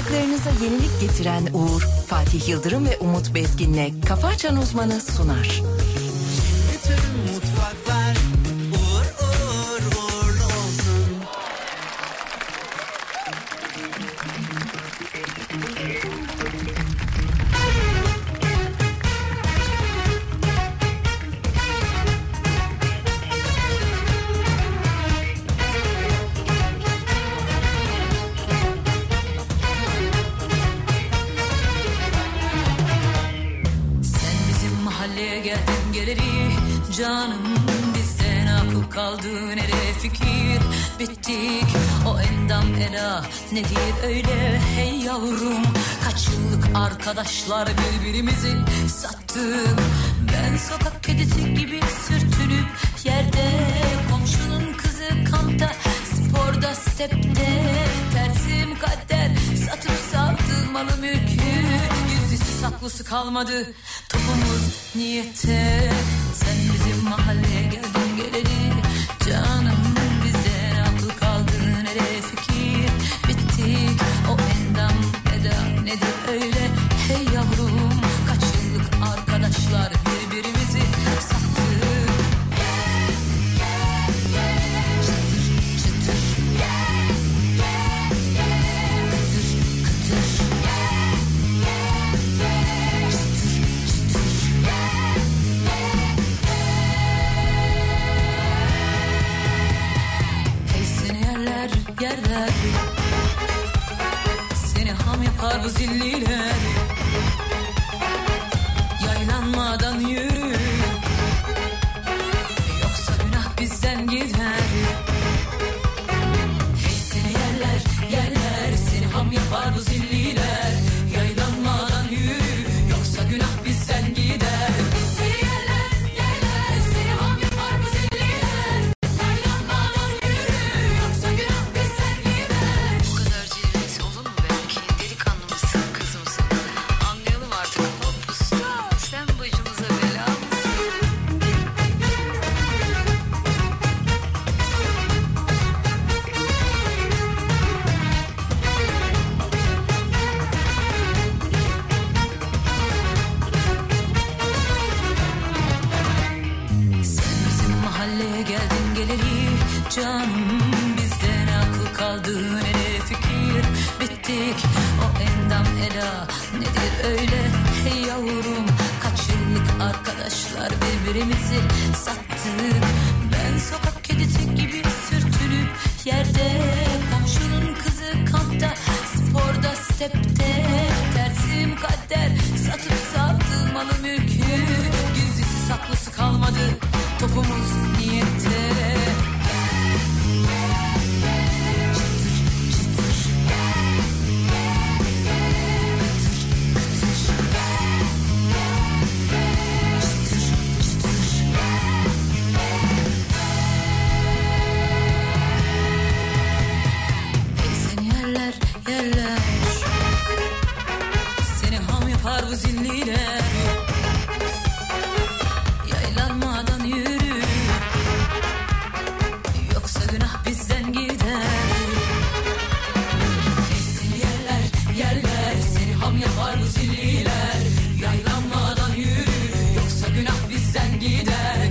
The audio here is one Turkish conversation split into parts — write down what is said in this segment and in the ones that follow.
Hayatlarınıza yenilik getiren Uğur, Fatih Yıldırım ve Umut Bezgin'le Kafa Açan Uzmanı sunar. Bütün mutfaklar uğur uğur uğurlu olsun. Geldin geleri canım, bizden akıl kaldı nereye fikir, bittik o endam ela nedir öyle hey yavrum, kaç yıllık arkadaşlar birbirimizi sattık, ben sokak kedisi gibi sürtünüp yerde, komşunun kızı kampta sporda stepte, tersi mukadder satıp savdı malı mülkü, yüzlüsü saklısı kalmadı topumuz niyete, sen bizim mahalleye geldin geleli canım, bizden akıl kaldı nereye fikir, bittik o endam eda nedir öyle hey yavrum, kaç yıllık arkadaşlar birbirimizi sattık. Yerler seni ham yapar bu zilliler, yaylanmadan yürü yoksa günah bizden gider. Hey seni yerler seni ham yapar bu zilliler, yaylanmadan yürü yoksa günah bizden gider. Canım, bizden akıl kaldı nereye fikir, bittik o endam eda nedir öyle hey yavrum, kaç yıllık arkadaşlar birbirimizi sattık, ben sokak kedisi gibi sürtünüp yerde, komşunun kızı kampta sporda stepte, tersi mukadder satıp savdı malı mülkü, gizlisi saklısı kalmadı topumuz niyette. Yerler seni ham yapar bu zilliler, yaylanmadan yürü yoksa günah bizden gider. Seni yerler seni ham yapar bu zilliler, yaylanmadan yürü yoksa günah bizden gider.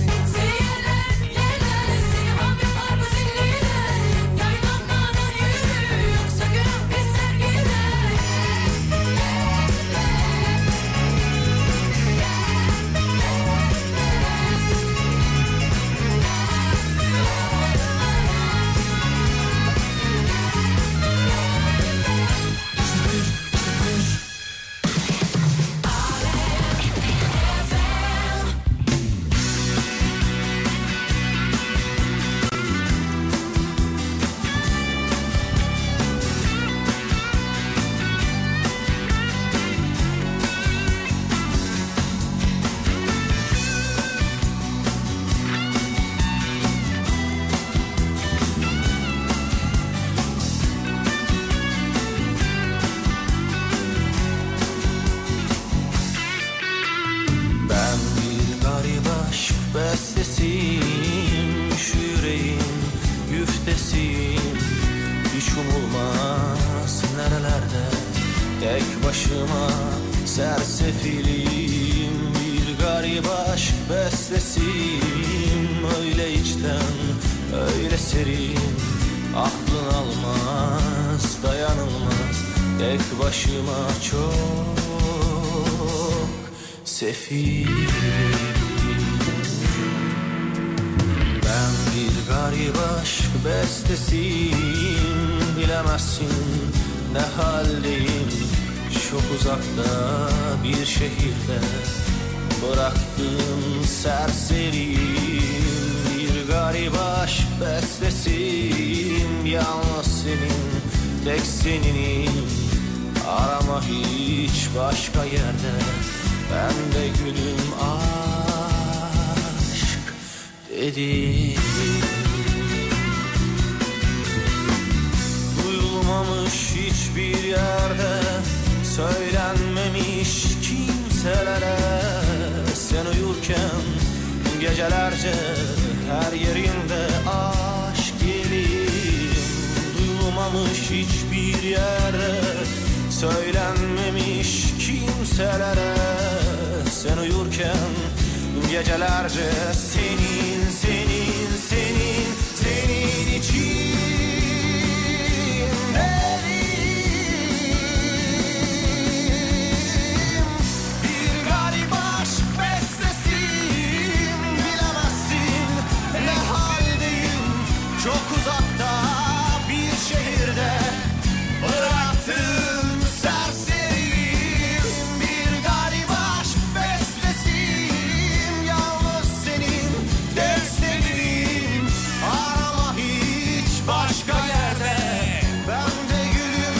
bestesiyim, şu yüreğin güftesiyim. Hiç umulmaz nerelerde tek başıma sersefilim, bir garip aşk bestesiyim. Öyle içten, öyle serin, aklın almaz, dayanılmaz. Tek başıma çok sefilim. Ben bir garip aşk bestesiyim, bilemezsin ne haldeyim. Çok uzakta bir şehirde bıraktım serseriyim. Bir garip aşk bestesiyim, yalnız senin, tek seninim. Arama hiç başka yerde, ben de gülüm aşk dedim. Duyulmamış hiçbir yerde, söylenmemiş kimselere. Sen uyurken gecelerce her yerinde aşk gelir. Duyulmamış hiçbir yerde, söylenmemiş kimselere. Sen uyurken gecelerce senin, senin, senin, senin için bir garip aşk bestesiyim. Bilemezsin ne haldeyim, çok uzakta bir şehirde bıraktım serseriyim. Bir garip aşk bestesiyim, yalnız senin, tek seninim. Arama hiç başka yerde, ben de gülüm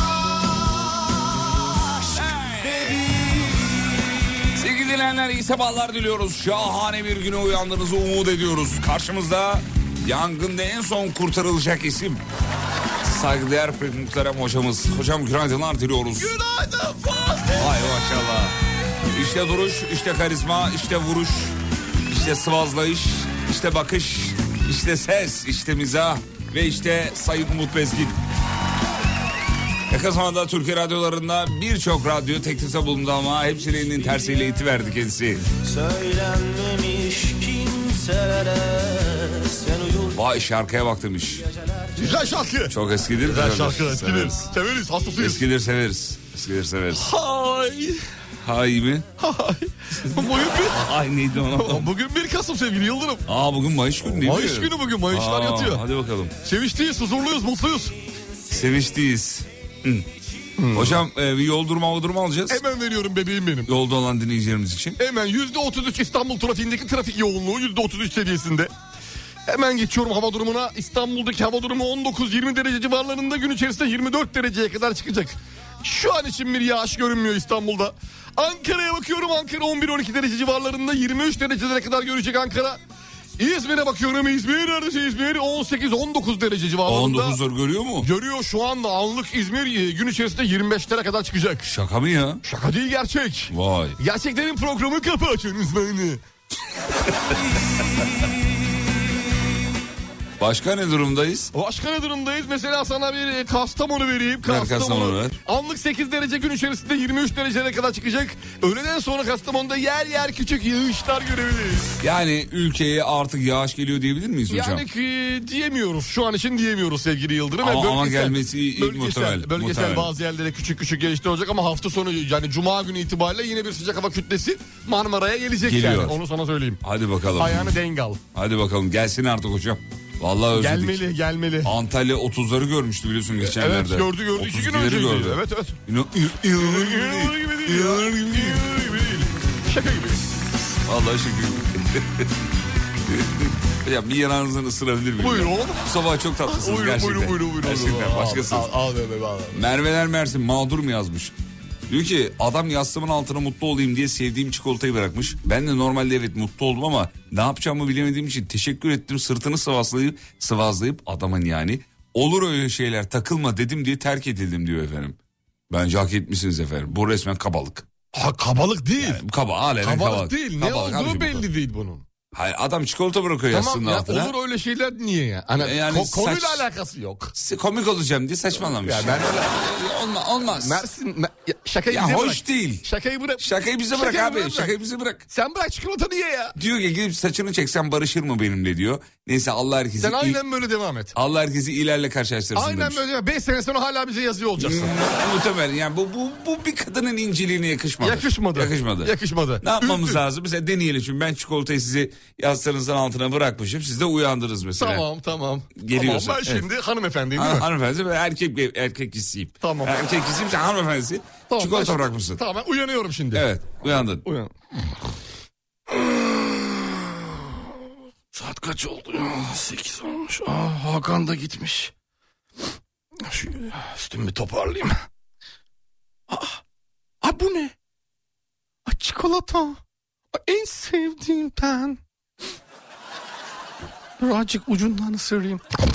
aşk dedim. Sevgili dinleyenler, iyi sabahlar diliyoruz. Şahane bir güne uyandığınızı umut ediyoruz. Karşımızda yangında en son kurtarılacak isim, saygıdeğer Pek Muhterem hocamız. Hocam günaydınlar diliyoruz. Günaydın Fatih. Ay maşallah. İşte duruş, işte karizma, işte vuruş, işte sıvazlayış, işte bakış, işte ses, işte mizah ve işte Sayın Umut Bezgin. Yakın zamanda Türkiye radyolarında birçok radyo teklifte bulundu ama hepsini elinin tersiyle itiverdi kendisi. Söylenmemiş kimselere, sen uyur. Vay şarkıya bak demiş. Güzel şarkı. Çok eskidir. Güzel şarkı. Severiz. Severiz. Severiz. Hastasıyız. Eskidir severiz. Eskidir severiz. Hay. Hay mi? Hay. Ay neydi ona? Bugün 1 Kasım sevgili Yıldırım. Aa bugün Mayıs günü değil mi? Mayıs günü bugün. Mayıslar yatıyor. Hadi bakalım. Sevinçliyiz, huzurluyuz, mutluyuz. Sevinçliyiz. Hocam bir yol durumu alacağız. Hemen veriyorum bebeğim benim. Yolda olan dinleyicilerimiz için. Hemen %33 İstanbul trafiğindeki trafik yoğunluğu %33 seviyesinde. Hemen geçiyorum hava durumuna. İstanbul'daki hava durumu 19-20 derece civarlarında, gün içerisinde 24 dereceye kadar çıkacak. Şu an için bir yağış görünmüyor İstanbul'da. Ankara'ya bakıyorum. Ankara 11-12 derece civarlarında, 23 derecelere kadar görecek Ankara. İzmir'e bakıyorum. İzmir neredeyse, İzmir 18-19 derece civarlarında. 19'ları görüyor mu? Görüyor şu anda anlık İzmir, gün içerisinde 25'lere kadar çıkacak. Şaka mı ya? Şaka değil, gerçek. Vay. Gerçeklerin programı kapı açınız beni. Başka ne durumdayız? Başka ne durumdayız? Mesela sana bir Kastamonu vereyim. Kastamonu ver. Anlık 8 derece, gün içerisinde 23 derecelere kadar çıkacak. Öğleden sonra Kastamonu'da yer yer küçük yağışlar görebiliriz. Yani ülkeye artık yağış geliyor diyebilir miyiz hocam? Yani diyemiyoruz. Şu an için diyemiyoruz sevgili Yıldırım. Ama gelmesi muhtemel. Bölgesel bazı yerlere küçük küçük yağışlar olacak ama hafta sonu, yani Cuma günü itibariyle yine bir sıcak hava kütlesi Marmara'ya gelecek. Geliyor. Yani. Onu sana söyleyeyim. Hadi bakalım. Ayağını denk al. Hadi bakalım, gelsin artık hocam. Vallahi özledik. Gelmeli. Antalya 30'ları görmüştü biliyorsun geçenlerde. Evet gördü. 2 gün önce gördü. Evet. İnanılır gibi değil. Şaka gibi. Vallahi şaka gibi. Ya bir yanağınızdan ısırabilir miyim? Buyurun. Bu sabah çok tatlısınız gerçekten. Buyurun. Gerçekten başkasınız. Al. Merveler Mersin mağdur mu yazmış? Diyor ki adam yastığımın altına mutlu olayım diye sevdiğim çikolatayı bırakmış. Ben de normalde evet mutlu oldum ama ne yapacağımı bilemediğim için teşekkür ettim. Sırtını sıvazlayıp adamın yani olur öyle şeyler takılma dedim diye terk edildim diyor efendim. Bence hak etmişsiniz efendim. Bu resmen kabalık. Kabalık değil. Yani, kabalık değil. Kabalık değil. Ne Kabalık olduğu abicim, belli değil bunun. Hayır, adam çikolata bırakıyor Tamam yastığının ya, altına. olur öyle şeyler niye ya? Hani Yani konuyla saç- alakası yok. Komik olacağım diye saçmalamış. Ya ben öyle... Olmaz. Mersin, şakayı Ya bize hoş bırak. değil. Şakayı bırak. Şakayı bize bırak Şakayı abi. bırak. Şakayı bize bırak. Sen bırak, çikolata niye ya? Diyor ki gidip saçını çeksen barışır mı benimle diyor. Neyse Allah herkesi... Sen aynen böyle devam et. Allah herkesi ilerle karşılaştırsın Aynen demiş. böyle. 5 sene sonra hala bize yazıyor olacaksın. Muhtemelen yani bu bir kadının inceliğine yakışmadı. Yakışmadı. Ne yapmamız lazım? Mesela deneyelim, çünkü ben çikolatayı sizi yastığınızın altına bırakmışım. Siz de uyandınız mesela. Tamam. Geliyorsun. Tamam, ben şimdi hanımefendiyim değil mi? Hanımefendi ve erkek hissiyim. Tamam. Erkek hissiyim, sen hanımefendisi. Tamam, Çikolata bırakmışsın. Tamam, ben uyanıyorum şimdi. Evet, uyandın. Uyan. Saat kaç oldu ya? 8 olmuş. Hakan da gitmiş. Şu üstümü bir toparlayayım. Bu ne? Çikolata. En sevdiğimden. Birazcık ucundan ısırayım.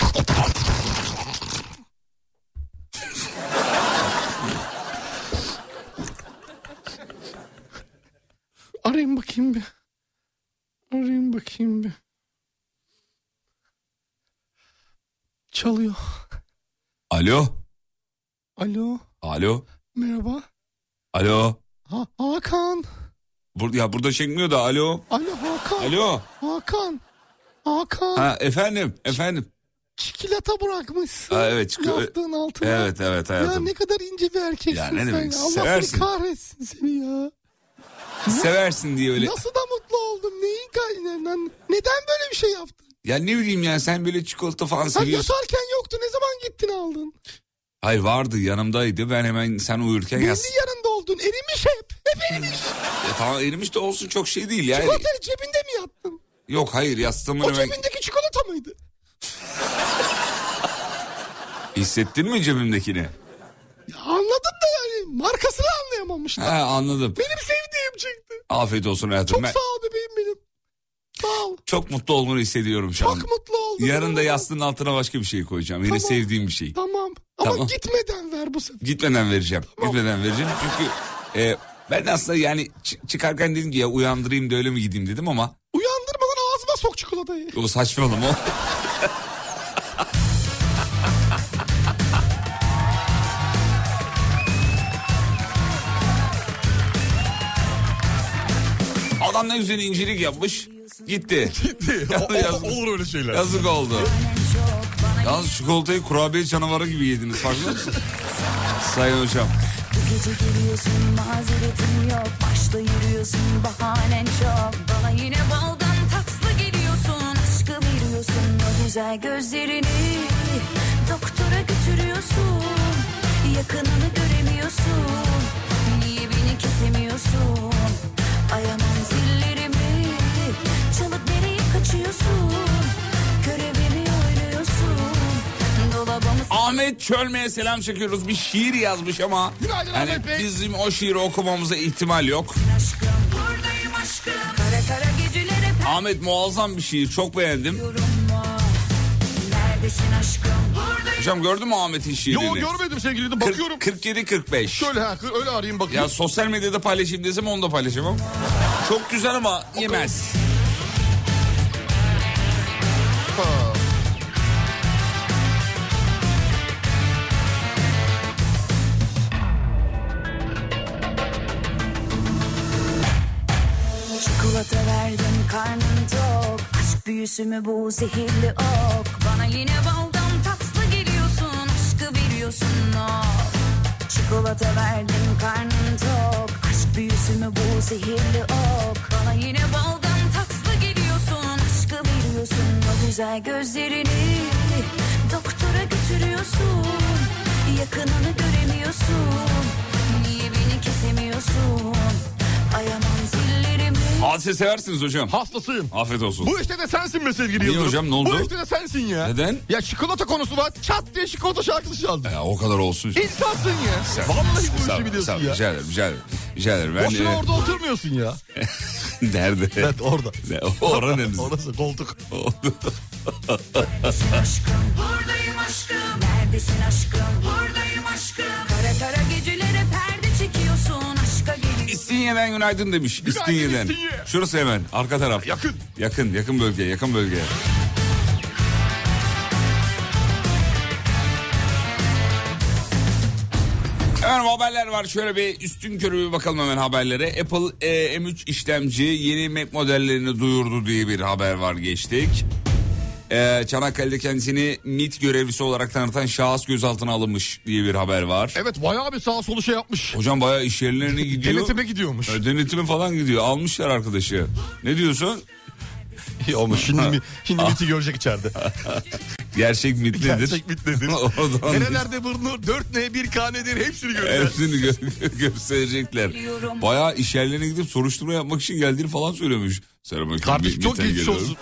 Arayayım bakayım bir. Çalıyor. Alo. Merhaba. Alo. Hakan. Burada çekmiyor da alo. Hakan. Alo. Hakan. Ha, efendim. Çikolata bırakmışsın. Evet. Yastığın altına. Evet hayatım. Ya ne kadar ince bir erkeksin Ya ne sen. demek, Allah seversin. seni kahretsin seni ya. Seversin diye öyle. Nasıl da mutlu oldum. Neden böyle bir şey yaptın? Ya ne bileyim ya, sen böyle çikolata falan seviyorsun. Yatarken yoktu. Ne zaman gittin aldın? Hayır, vardı, yanımdaydı. Ben hemen sen uyurken Belli yanında oldun. Erimiş hep. Hep erimiş. Tamam, erimiş de olsun, çok şey değil yani. Çikolatayı cebinde mi yattın? Yok hayır, yastığımın O hemen... cebindeki çikolata mıydı? Hissettin mi cebimdekini? Ya anladım da yani. Markasını anlayamamışlar. Ha, anladım. Benim sevdiğim çıktı. Afiyet olsun hayatım. Çok sağ ol bebeğim benim. Sağ ol. Çok mutlu olduğunu hissediyorum şu an. Çok mutlu oldum. Yarın da yastığın altına başka bir şey koyacağım. Yine Tamam. sevdiğim bir şey. Tamam. Ama Tamam. gitmeden ver bu sefer. Gitmeden vereceğim. Tamam. Gitmeden vereceğim çünkü ben de aslında yani çıkarken dedim ki ya uyandırayım da öyle mi gideyim dedim ama. Uyandırmadan ağzıma sok çikolatayı. O saçmalama o. Adam ne güzel incelik yapmış. Gitti. Olur öyle şeyler. Yazık oldu. Yalnız çikolatayı kurabiye canavarı gibi yediniz, farkında mısınız? Sayın hocam. Bu gece geliyorsun, mazeretin yok. Başta yürüyorsun, bahanen çok. Bana yine baldan tatlı geliyorsun. Aşkı veriyorsun, o güzel gözlerini. Doktora götürüyorsun. Yakınını göremiyorsun. Niye beni kesemiyorsun? Ayamam zillerimi. Çalıp nereye kaçıyorsun? Görevimi oynuyorsun. Dolabımı... Ahmet Çölme'ye selam çekiyoruz. Bir şiir yazmış ama Günaydın yani Ahmet Bey. bizim o şiiri okumamıza ihtimal yok. Aşkım, buradayım aşkım. Kara kara gecelere Ahmet muazzam bir şiir, çok beğendim. perdiyorum. Neredesin aşkım? Buradayım. Hocam gördün mü Ahmet'in şiirini? Yo, görmedim sevgili de bakıyorum. 47-45. Şöyle öyle arayayım bakayım. Ya sosyal medyada paylaşayım desem onu da paylaşamam. Çok güzel ama yemez. Çikolata verdim karnım tok. Aşk büyüsü mü bu zehirli ok? Bana yine baldan tatlı geliyorsun. Aşkı veriyorsun of. Çikolata verdim karnım tok. Aşk büyüsü mü bu zehirli ok? Bana yine baldan tatlı geliyorsun. Aşkı veriyorsun, o güzel gözlerini. Doktora götürüyorsun. Yakınını göremiyorsun. Niye beni kesemiyorsun? Ayamam zillerimi. Hadise seversiniz hocam. Hastasıyım. Afiyet olsun. Bu işte de sensin be sevgili Niye Yıldırım. hocam, ne oldu? Bu işte de sensin ya. Neden? Ya çikolata konusu var. Çat diye çikolata şarkısı çaldı. Ya o kadar olsun. İnsansın ya. Vallahi bu işi biliyorsun ya. Rica ederim. Rica ederim. Ben, Boşuna orada oturmuyorsun ya. Nerede? Evet orada. Orada neresi? Orası koltuk. Aşkım, buradayım aşkım. Neredesin aşkım? Buradayım aşkım. Kara kara gecelere perde çekiyorsun. Aşka geliyorsun. İstinye'den günaydın demiş. Günaydın İstinye'den. İstinye. Şurası hemen arka taraf. Yakın. Yakın bölge. Hemen haberler var. Şöyle bir üstün körü bir bakalım hemen haberlere. Apple M3 işlemci yeni Mac modellerini duyurdu diye bir haber var, geçtik. Çanakkale'de kendisini MİT görevlisi olarak tanıtan şahıs gözaltına alınmış diye bir haber var. Evet, bayağı bir sağa solu şey yapmış. Hocam bayağı iş yerlerine gidiyor. Denetime gidiyormuş. Denetime falan gidiyor. Almışlar arkadaşı. Ne diyorsun? İyi olmuş. Şimdi MİT'i görecek içeride. Gerçek MİT nedir? Gerçek MİT nedir? Nerelerde bulunur? 4N 1K nedir? Hepsini göreceğiz. Hepsini gösterecekler. Bayağı iş yerlerine gidip soruşturma yapmak için geldiğini falan söylemiş. Kardeşim çok geçmiş olsun.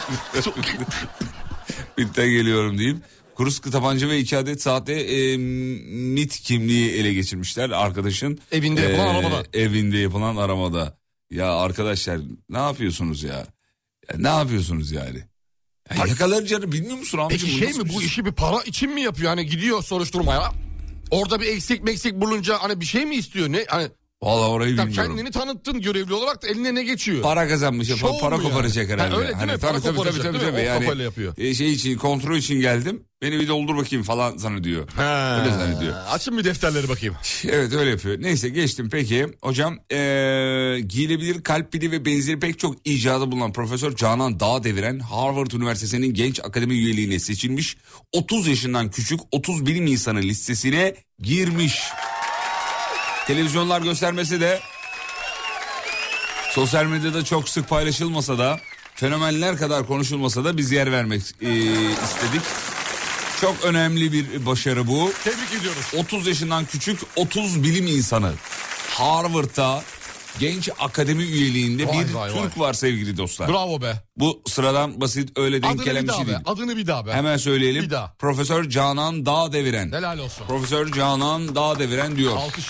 MİT'ten geliyorum diyeyim. Kuru sıkı tabanca ve 2 adet saatte MİT kimliği ele geçirmişler arkadaşın. Evinde yapılan aramada. Evinde yapılan aramada. Ya arkadaşlar ne yapıyorsunuz ya? Ne yapıyorsunuz yani? Yakalanacağını bilmiyor musun amcım? Peki bu işi bir para için mi yapıyor? Hani gidiyor soruşturmaya. Orada bir eksik bulunca hani bir şey mi istiyor? Ne hani vallahi orayı bilmiyorum. Kendini tanıttın görevli olarak da eline ne geçiyor? Para kazanmış ya, para koparacak yani. herhalde. Öyle değil mi? Para koparacak değil mi? Yani, o kafayla yapıyor. Şey için, kontrol için geldim. Beni bir doldur bakayım falan zannediyor. Öyle zannediyor. Açın bir defterleri bakayım. Evet öyle yapıyor. Neyse geçtim peki. Hocam giyilebilir kalp pili ve benzeri pek çok icadı bulunan Profesör Canan Dağdeviren Harvard Üniversitesi'nin genç akademi üyeliğine seçilmiş. 30 yaşından küçük 30 bilim insanı listesine girmiş. Televizyonlar göstermese de, sosyal medyada çok sık paylaşılmasa da, fenomenler kadar konuşulmasa da biz yer vermek istedik. Çok önemli bir başarı bu. Tebrik ediyoruz. 30 yaşından küçük 30 bilim insanı Harvard'da genç akademi üyeliğinde bir Türk var sevgili dostlar. Bravo be. Bu sıradan basit öyle denk gelen bir şey değil. Adını bir daha be. Hemen söyleyelim. Bir daha. Profesör Canan Dağdeviren. Helal olsun. Profesör Canan Dağdeviren diyor. Alkış.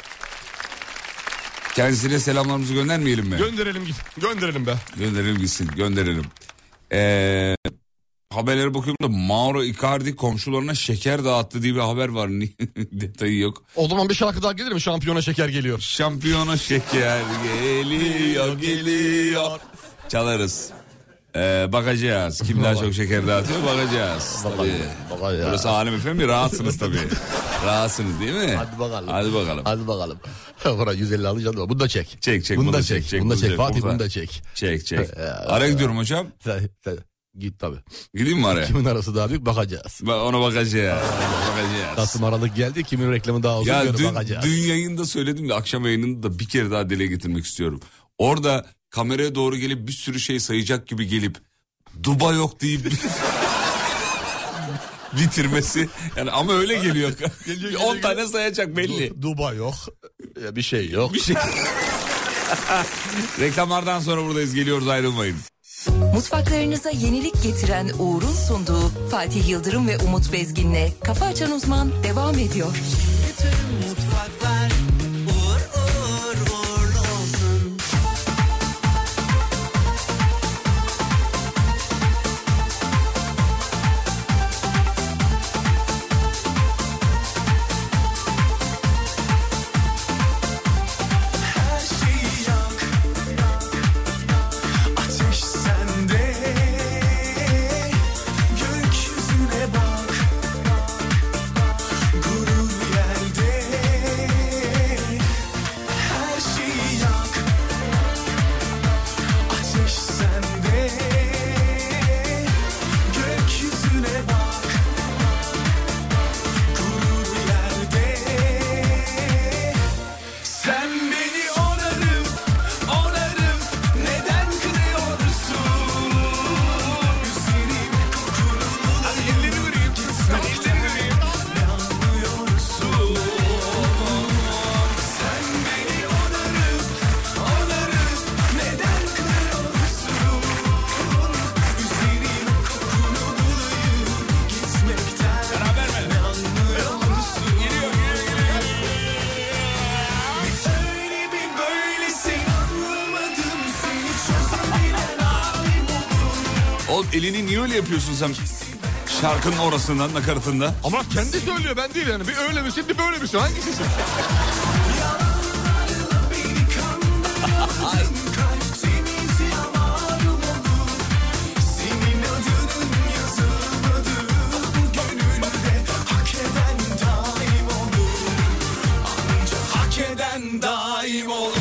Kendisine selamlarımızı göndermeyelim mi? Gönderelim be. Gönderelim gitsin, gönderelim. Haberlere bakıyorum da Mauro Icardi komşularına şeker dağıttı diye bir haber var. Detayı yok. O zaman bir şarkı daha gelir mi? Şampiyona şeker geliyor. Şampiyona şeker geliyor. Çalarız. Bakacağız. Kim daha çok şeker dağıtıyor bakacağız. Bakacağız. Burası Alem efendim, rahatsınız tabii. Rahatsınız değil mi? Hadi bakalım. Bura 150 alacağım da bunu da çek. Çek. Bunu da çek. Fatih bunu da çek. Çek. Araya gidiyorum hocam. Git tabii. Gideyim mi araya? Kimin arası daha büyük bakacağız. Ona bakacağız. Kasım Aralık geldi, kimin reklamı daha uzun bakacağız. Dün yayında söyledim de akşam yayınında da bir kere daha dile getirmek istiyorum. Orada kameraya doğru gelip bir sürü şey sayacak gibi gelip Duba yok deyip bitirmesi. Yani ama öyle geliyor. 10 tane sayacak belli. Duba yok. Bir şey yok. Reklamlardan sonra buradayız, geliyoruz, ayrılmayın. Mutfaklarınıza yenilik getiren Uğur'un sunduğu Fatih Yıldırım ve Umut Bezgin'le Kafa Açan Uzman devam ediyor. Bütün mutfaklar uğurlu olsun. Her şeyi yak, ateş sende, gökyüzüne bak, gurur yerde. Her şeyi yak, ateş sende, gökyüzüne bak, gurur yerde. Sen beni onarıp neden kınıyorsun? Üzerim kokunu gitmekten ne anlıyorsun? Sen beni onarıp neden kınıyorsun? Üzerim kokunu gitmekten ne anlıyorsun? Öyle bir böylesin, anlamadım seni, çözebilen halim olur. Oğlum elini niye öyle yapıyorsun sen? Şarkının orasından, nakaratında. Ama kendi söylüyor, ben değil yani. Bir öyle misin bir böyle misin? Hangisisin? Yalanlarla beni kandırdın. Kalp temiz yalanım olur. Senin adının yazılmadığı bu gönülde hak eden daim olur. Ancak hak eden daim olur.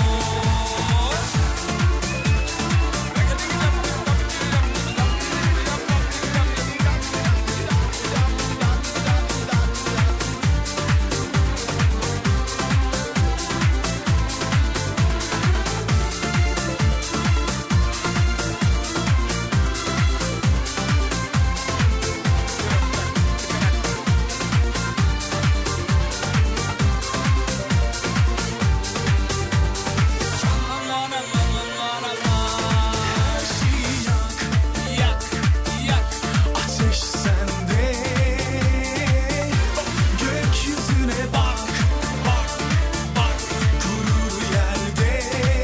Ateş sende, gökyüzüne bak, bak, bak, kurur yerde.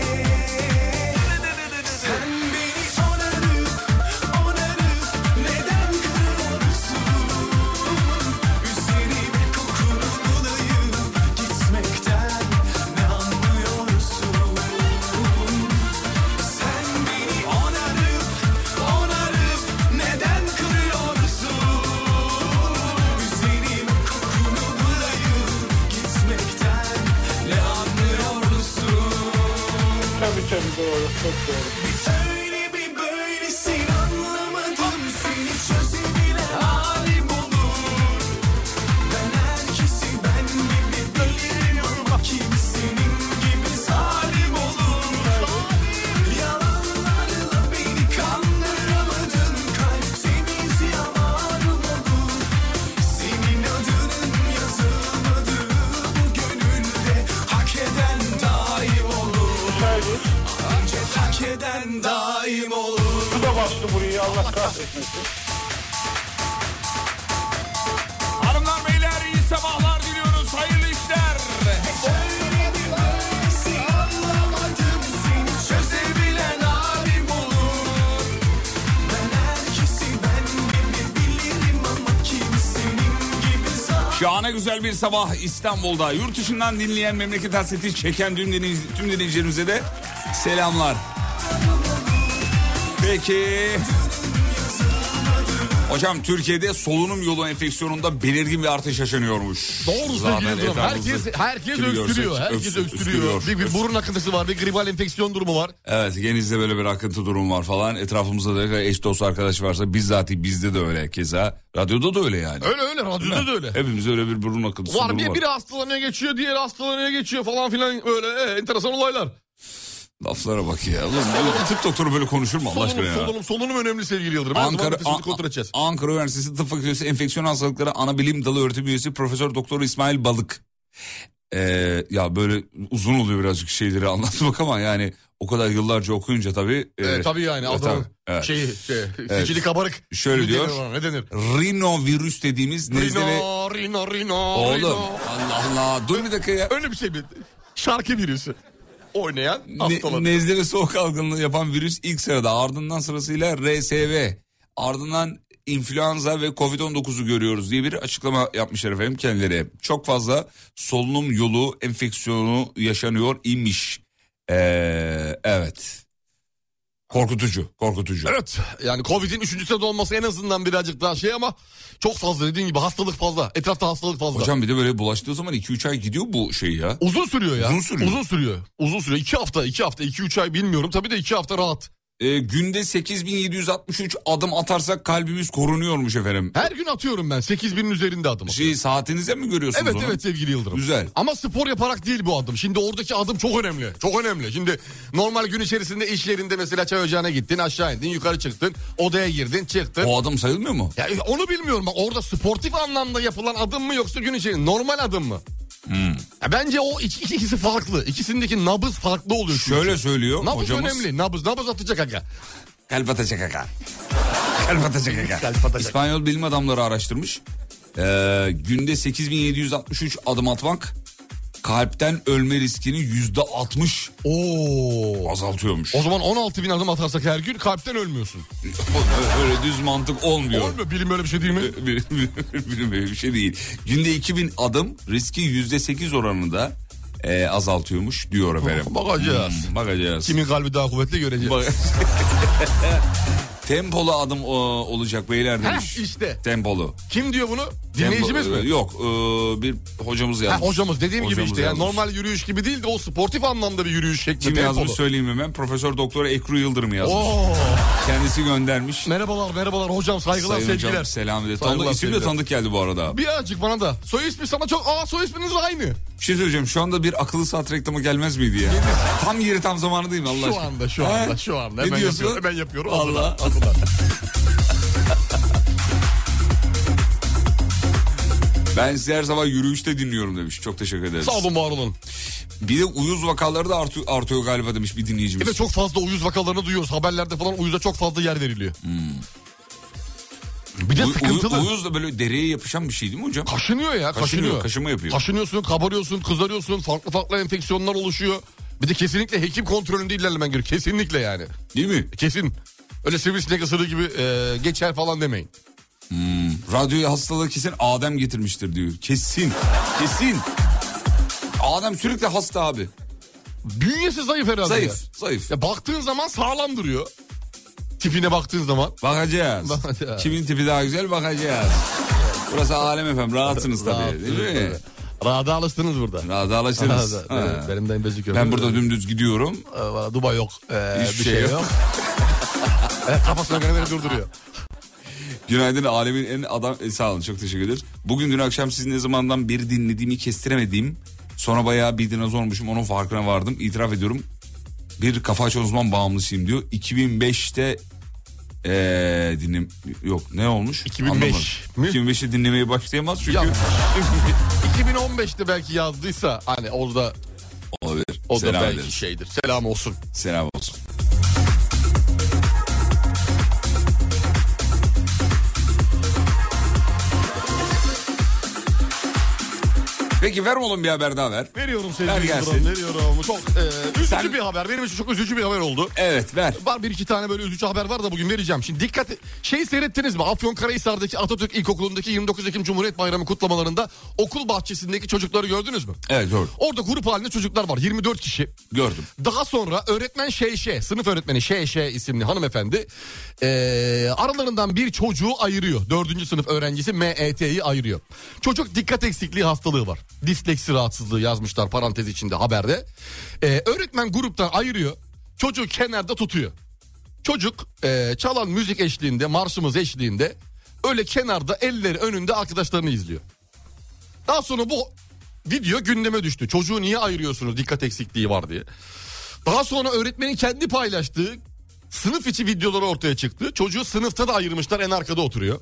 Sen beni onarıp, onarıp neden kırıyorsun? Üzerime kokunu bulayıp gitmekten ne anlıyorsun? Sen beni onarıp, onarıp neden kırıyorsun? Üzerime kokunu bulayıp gitmekten ne anlıyorsun? Tabii doğru, çok doğru. Öyle bir böylesin anlamadım, seni çözebilen halim olur. Ben herkesi ben gibi bilirim ama kimsenin gibi zalim olur. Yalanlarla beni kandıramadın, kalp temiz yalanım olur. Senin adının yazılmadığı bu gönülde hak eden daim olur. Ancak hak eden daim olur. Bu da bastı burayı, Allah kahretmesin. Hanımlar beyler iyi sabahlar diliyoruz. Hayırlı işler. Öyle bir böylesin anlamadım, seni çözebilen halim olur. Ben herkesi ben gibi bilirim ama kimsenin gibi zalim. Şahane güzel bir sabah İstanbul'da. Yurt dışından dinleyen, memleket hasreti çeken tüm dinleyicilerimize de selamlar. Peki. Hocam Türkiye'de solunum yolu enfeksiyonunda belirgin bir artış yaşanıyormuş. Doğru Zaten sevgili Yıldırım. Herkes kimi öksürüyor. görsek Herkes öksürüyor. Bir burun akıntısı var. Bir gribal enfeksiyon durumu var. Evet, genizde böyle bir akıntı durumu var falan. Etrafımızda da eş dost arkadaş varsa bizzati bizde de öyle keza. Radyoda da öyle yani. Öyle radyoda da öyle. Hepimizde öyle bir burun akıntısı Var durumu var. biri hastalanıyor geçiyor, diğeri hastalanıyor geçiyor falan filan, öyle enteresan olaylar. Laflara bak ya. Tıp doktoru böyle konuşur mu Allah aşkına ya? Solunum önemli sevgili Yıldırım. Her zaman nefesimizi kontrol edeceğiz. Ankara Üniversitesi Tıp Fakültesi Enfeksiyon Hastalıkları Anabilim Dalı Öğretim Üyesi Profesör Doktor İsmail Balık. Ya böyle uzun oluyor birazcık şeyleri anlatmak ama yani o kadar yıllarca okuyunca tabii. Tabii yani adamın evet. Sicili kabarık. Şöyle diyor. Ne denir? Rinovirüs dediğimiz nezle ve... Rino. Oğlum Allah Allah dur bir dakika ya. Öyle bir şey mi? Şarkı virüsü. Oynayan hastalanıyor. Nezle ve soğuk algınlığı yapan virüs ilk sırada, ardından sırasıyla RSV, ardından influenza ve Covid-19'u görüyoruz diye bir açıklama yapmışlar efendim kendileri. Çok fazla solunum yolu enfeksiyonu yaşanıyor imiş. Evet. Korkutucu. Evet, yani Covid'in 3. sırada olması en azından birazcık daha şey ama çok fazla, dediğin gibi hastalık fazla. Etrafta hastalık fazla. Hocam bir de böyle bulaştığı zaman 2-3 ay gidiyor bu şey ya. Uzun sürüyor ya. Uzun sürüyor. 2 hafta 2-3 ay bilmiyorum. Tabii de 2 hafta rahat. Günde 8763 adım atarsak kalbimiz korunuyormuş efendim. Her gün atıyorum ben 8000'in üzerinde adım atıyorum. Saatinize mi görüyorsunuz onu? Evet sevgili Yıldırım. Güzel. Ama spor yaparak değil bu adım. Şimdi oradaki adım çok önemli. Çok önemli. Şimdi normal gün içerisinde iş yerinde mesela çay ocağına gittin, aşağı indin, yukarı çıktın, odaya girdin, çıktın. O adım sayılmıyor mu? Ya onu bilmiyorum. Orada sportif anlamda yapılan adım mı yoksa gün içerisinde normal adım mı? Ya bence o ikisi farklı. İkisindeki nabız farklı oluyor. Şöyle söylüyor nabız hocamız. Önemli. Nabız atacak aga. Kalp atacak aga. İspanyol bilim adamları araştırmış. Günde 8763 adım atmak kalpten ölme riskini %60 azaltıyormuş. O zaman 16.000 adım atarsak her gün kalpten ölmüyorsun. Öyle düz mantık olmuyor. Olmuyor. Bilim öyle bir şey değil mi? Bilim öyle bir şey değil. Günde 2000 adım riski %8 oranında azaltıyormuş diyor efendim. Bakacağız. Bakacağız. Kimin kalbi daha kuvvetli göreceğiz. Tempolu adım olacak beyler demiş. İşte. Tempolu. Kim diyor bunu? Dinleyicimiz mi? Yok, bir hocamız yazmış. Hocamız dediğim Hocamız gibi işte. Yani yazmış. normal yürüyüş gibi değil de o sportif anlamda bir yürüyüş şekli. Kim tempolu. yazmış söyleyeyim hemen. Profesör Doktor Ekru Yıldırım yazmış. Oo. Kendisi göndermiş. Merhabalar hocam, saygılar, Sayın sevgiler. hocam selam de. Saygılar, İsmi de sevgiler. tanıdık geldi bu arada. Birazcık bana da. Soy ismi sana çok... soy isminiz aynı. Bir şey söyleyeceğim, şu anda bir akıllı saat reklamı gelmez miydi ya? Tam yeri tam zamanı değil mi Allah aşkına? Şu anda. Ne diyorsun? Hemen yapıyorum. Allah. Ben sizi her sabah yürüyüşte dinliyorum demiş. Çok teşekkür ederiz. Sağ olun, var olun. Bir de uyuz vakaları da artıyor galiba demiş bir dinleyicimiz. Evet, çok fazla uyuz vakalarını duyuyoruz. Haberlerde falan uyuza çok fazla yer veriliyor. Bir de sıkıntılı. Uyuz da böyle dereye yapışan bir şey değil mi hocam? Kaşınıyor ya, kaşınıyor. Kaşıma yapıyor. Kaşınıyorsun, kabarıyorsun, kızarıyorsun, farklı enfeksiyonlar oluşuyor. Bir de kesinlikle hekim kontrolünde ilerlemen gerekiyor. Kesinlikle yani. Değil mi? Kesin. Öyle sivrisinek ısırığı gibi geçer falan demeyin. Radyoya hastalığı kesin Adem getirmiştir diyor. Kesin. Adem sürekli hasta abi. Bünyesi zayıf herhalde. Zayıf. Ya baktığın zaman sağlam duruyor. Tipine baktığın zaman. Bakacağız. Kimin tipi daha güzel bakacağız. Burası Alem FM, rahatsınız tabii değil mi? Rahada alıştınız burada. Rahada alıştınız. Benim de embezik yok. Ben burada dümdüz gidiyorum. Dubai yok. Hiçbir şey yok. Kafasına göre beni durduruyor. Günaydın, alemin en adam... sağ olun, çok teşekkür ederiz. Bugün dün akşam sizin ne zamandan beri dinlediğimi kestiremediğim... Sonra bayağı bir dinozormuşum, onun farkına vardım. İtiraf ediyorum. Bir Kafa Açan Uzman bağımlısıyım diyor. 2005'te... Yok, ne olmuş? 2005 mi? 2005'te dinlemeye başlayamaz çünkü... 2015'te belki yazdıysa hani orada... Olabilir. O Selam da belki ederiz. şeydir. Selam olsun. Selam olsun. Peki ver oğlum bir haber daha ver. Veriyorum Ver sevgili gelsin. Yıldırım, veriyorum. Çok üzücü bir haber. Benim için çok üzücü bir haber oldu. Evet, ver. Var bir iki tane böyle üzücü haber var da bugün vereceğim. Şimdi dikkat, seyrettiniz mi? Afyonkarahisar'daki Atatürk İlkokulu'ndaki 29 Ekim Cumhuriyet Bayramı kutlamalarında okul bahçesindeki çocukları gördünüz mü? Evet, gördüm. Orada grup halinde çocuklar var, 24 kişi. Gördüm. Daha sonra öğretmen sınıf öğretmeni isimli hanımefendi aralarından bir çocuğu ayırıyor. 4. sınıf öğrencisi MET'yi ayırıyor. Çocuk dikkat eksikliği hastalığı var. Disleksi rahatsızlığı yazmışlar parantez içinde haberde. Öğretmen gruptan ayırıyor. Çocuğu kenarda tutuyor. Çocuk çalan müzik eşliğinde, marşımız eşliğinde öyle kenarda elleri önünde arkadaşlarını izliyor. Daha sonra bu video gündeme düştü. Çocuğu niye ayırıyorsunuz, dikkat eksikliği var diye. Daha sonra öğretmenin kendi paylaştığı sınıf içi videoları ortaya çıktı. Çocuğu sınıfta da ayırmışlar, en arkada oturuyor.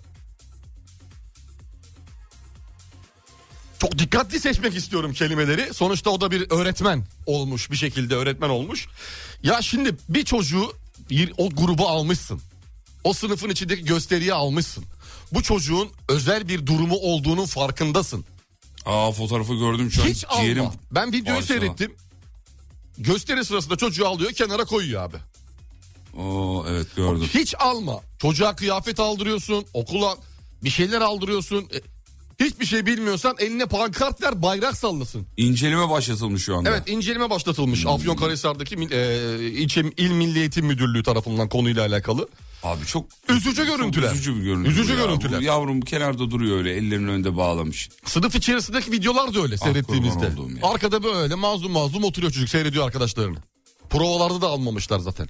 Çok dikkatli seçmek istiyorum kelimeleri. Sonuçta o da bir öğretmen olmuş, bir şekilde öğretmen olmuş. Ya şimdi bir çocuğu o gruba almışsın. O sınıfın içindeki gösteriye almışsın. Bu çocuğun özel bir durumu olduğunun farkındasın. Fotoğrafı gördüm şu an. Hiç alma. Ben videoyu seyrettim. Gösteri sırasında çocuğu alıyor, kenara koyuyor abi. Evet, gördüm. Hiç alma. Çocuğa kıyafet aldırıyorsun, okula bir şeyler aldırıyorsun. Hiçbir şey bilmiyorsan eline pankart ver, bayrak sallasın. İnceleme başlatılmış şu anda. Evet, inceleme başlatılmış. Afyonkarahisar'daki İlçe İl Milli Eğitim Müdürlüğü tarafından konuyla alakalı. Abi çok üzücü görüntüler. Çok üzücü bir görüntü. Üzücü görüntüler. Bu yavrum kenarda duruyor öyle, ellerinin önünde bağlamış. Sınıf içerisindeki videolar da öyle seyrettiğimizde. Arkada böyle mazlum oturuyor çocuk, seyrediyor arkadaşlarını. Provalarda da almamışlar zaten.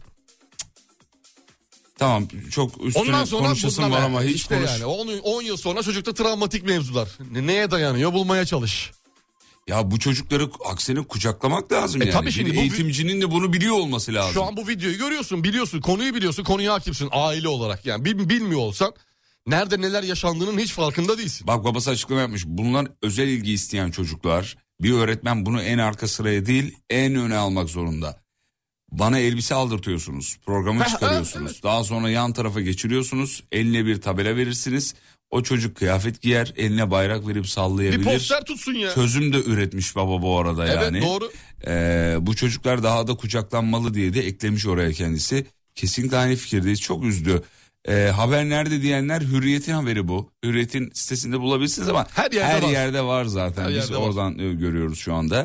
Tamam, çok üstüne konuşasın var ama hiç işte konuş. Yani 10 yıl sonra çocukta travmatik mevzular. Neye dayanıyor, bulmaya çalış. Ya bu çocukları aksine kucaklamak lazım yani. Tabii şimdi eğitimcinin de bunu biliyor olması lazım. Şu an bu videoyu görüyorsun, biliyorsun, konuyu biliyorsun, konuya hakimsin aile olarak. Yani bilmiyor olsan nerede neler yaşandığının hiç farkında değilsin. Bak, babası açıklama yapmış. Bunlar özel ilgi isteyen çocuklar. Bir öğretmen bunu en arka sıraya değil, en öne almak zorunda. Bana elbise aldırtıyorsunuz, programı çıkarıyorsunuz. Evet. Daha sonra yan tarafa geçiriyorsunuz, eline bir tabela verirsiniz. O çocuk kıyafet giyer, eline bayrak verip sallayabilir. Bir poster tutsun ya. Çözüm de üretmiş baba bu arada yani. Evet, doğru. Bu çocuklar daha da kucaklanmalı diye de eklemiş oraya kendisi. Kesinlikle aynı fikirdeyiz, çok üzdü. Haber nerede diyenler, Hürriyet'in haberi bu. Hürriyet'in sitesinde bulabilirsiniz ama her yerde var zaten. Biz oradan görüyoruz şu anda.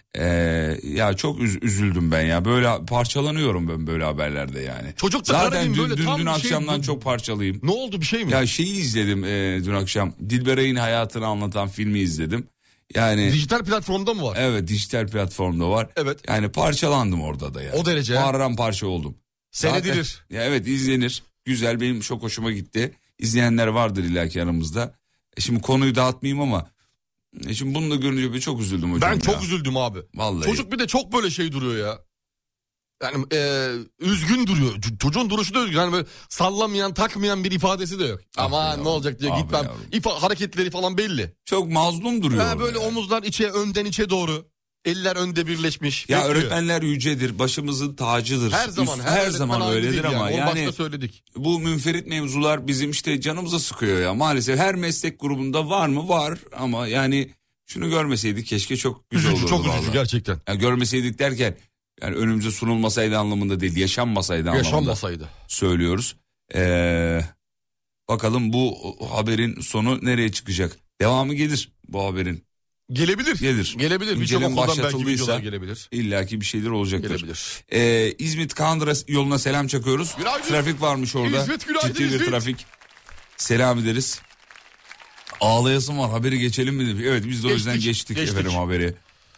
Ya çok üzüldüm ben ya. Böyle parçalanıyorum ben böyle haberlerde yani. Çocuk da zaten dün akşamdan çok parçalıyım. Ne oldu, bir şey mi? Ya şeyi izledim dün akşam. Dilberay'ın hayatını anlatan filmi izledim. Yani dijital platformda mı var? Evet, dijital platformda var. Evet. Yani parçalandım orada da yani. O derece. Paramparça oldum. Seyredilir. Ya evet, izlenir. Güzel, benim çok hoşuma gitti. İzleyenler vardır illaki yanımızda. Şimdi konuyu dağıtmayayım ama şimdi bunu da görünce çok üzüldüm hocam. Ben çok üzüldüm abi. Vallahi. Çocuk bir de çok böyle şey duruyor ya. Yani üzgün duruyor. Çocuğun duruşu da üzgün. Yani böyle sallamayan, takmayan bir ifadesi de yok. Ama ne olacak diye gitmem. Hareketleri falan belli. Çok mazlum duruyor. Böyle yani. Omuzlar önden içe doğru. Eller önde birleşmiş. Ya bekliyor. Öğretmenler yücedir, başımızın tacıdır. Her zaman. Her zaman öyledir ama yani söyledik. Bu münferit mevzular bizim işte canımıza sıkıyor ya. Maalesef her meslek grubunda var mı? Var ama yani şunu görmeseydik keşke, çok güzel olurdu. Çok üzücü vallahi. Gerçekten. Yani görmeseydik derken yani önümüze sunulmasaydı anlamında değil, yaşanmasaydı anlamında söylüyoruz. Bakalım bu haberin sonu nereye çıkacak? Devamı gelir bu haberin. Gelir. Birçok okuldan belki videolar gelebilir. İllaki bir şeyler olacaktır. Gelebilir. İzmit Kandıra yoluna selam çakıyoruz. Günaydın. Trafik varmış orada. Günaydın, ciddi bir trafik. Selam ederiz. Ağlayasım var, haberi geçelim mi? Evet, biz de o yüzden geçtik efendim haberi.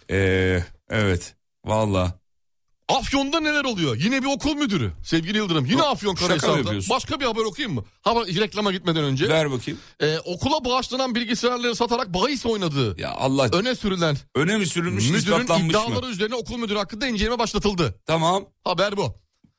Evet valla. Afyon'da neler oluyor? Yine bir okul müdürü sevgili Yıldırım. Yine Afyonkarahisar'da. Başka bir haber okuyayım mı? Reklama gitmeden önce. Ver bakayım. Okula bağışlanan bilgisayarları satarak bahis oynadığı. Ya Allah. Öne mi sürülmüş, müdürün iddiaları üzerine okul müdürü hakkında inceleme başlatıldı. Tamam. Haber bu.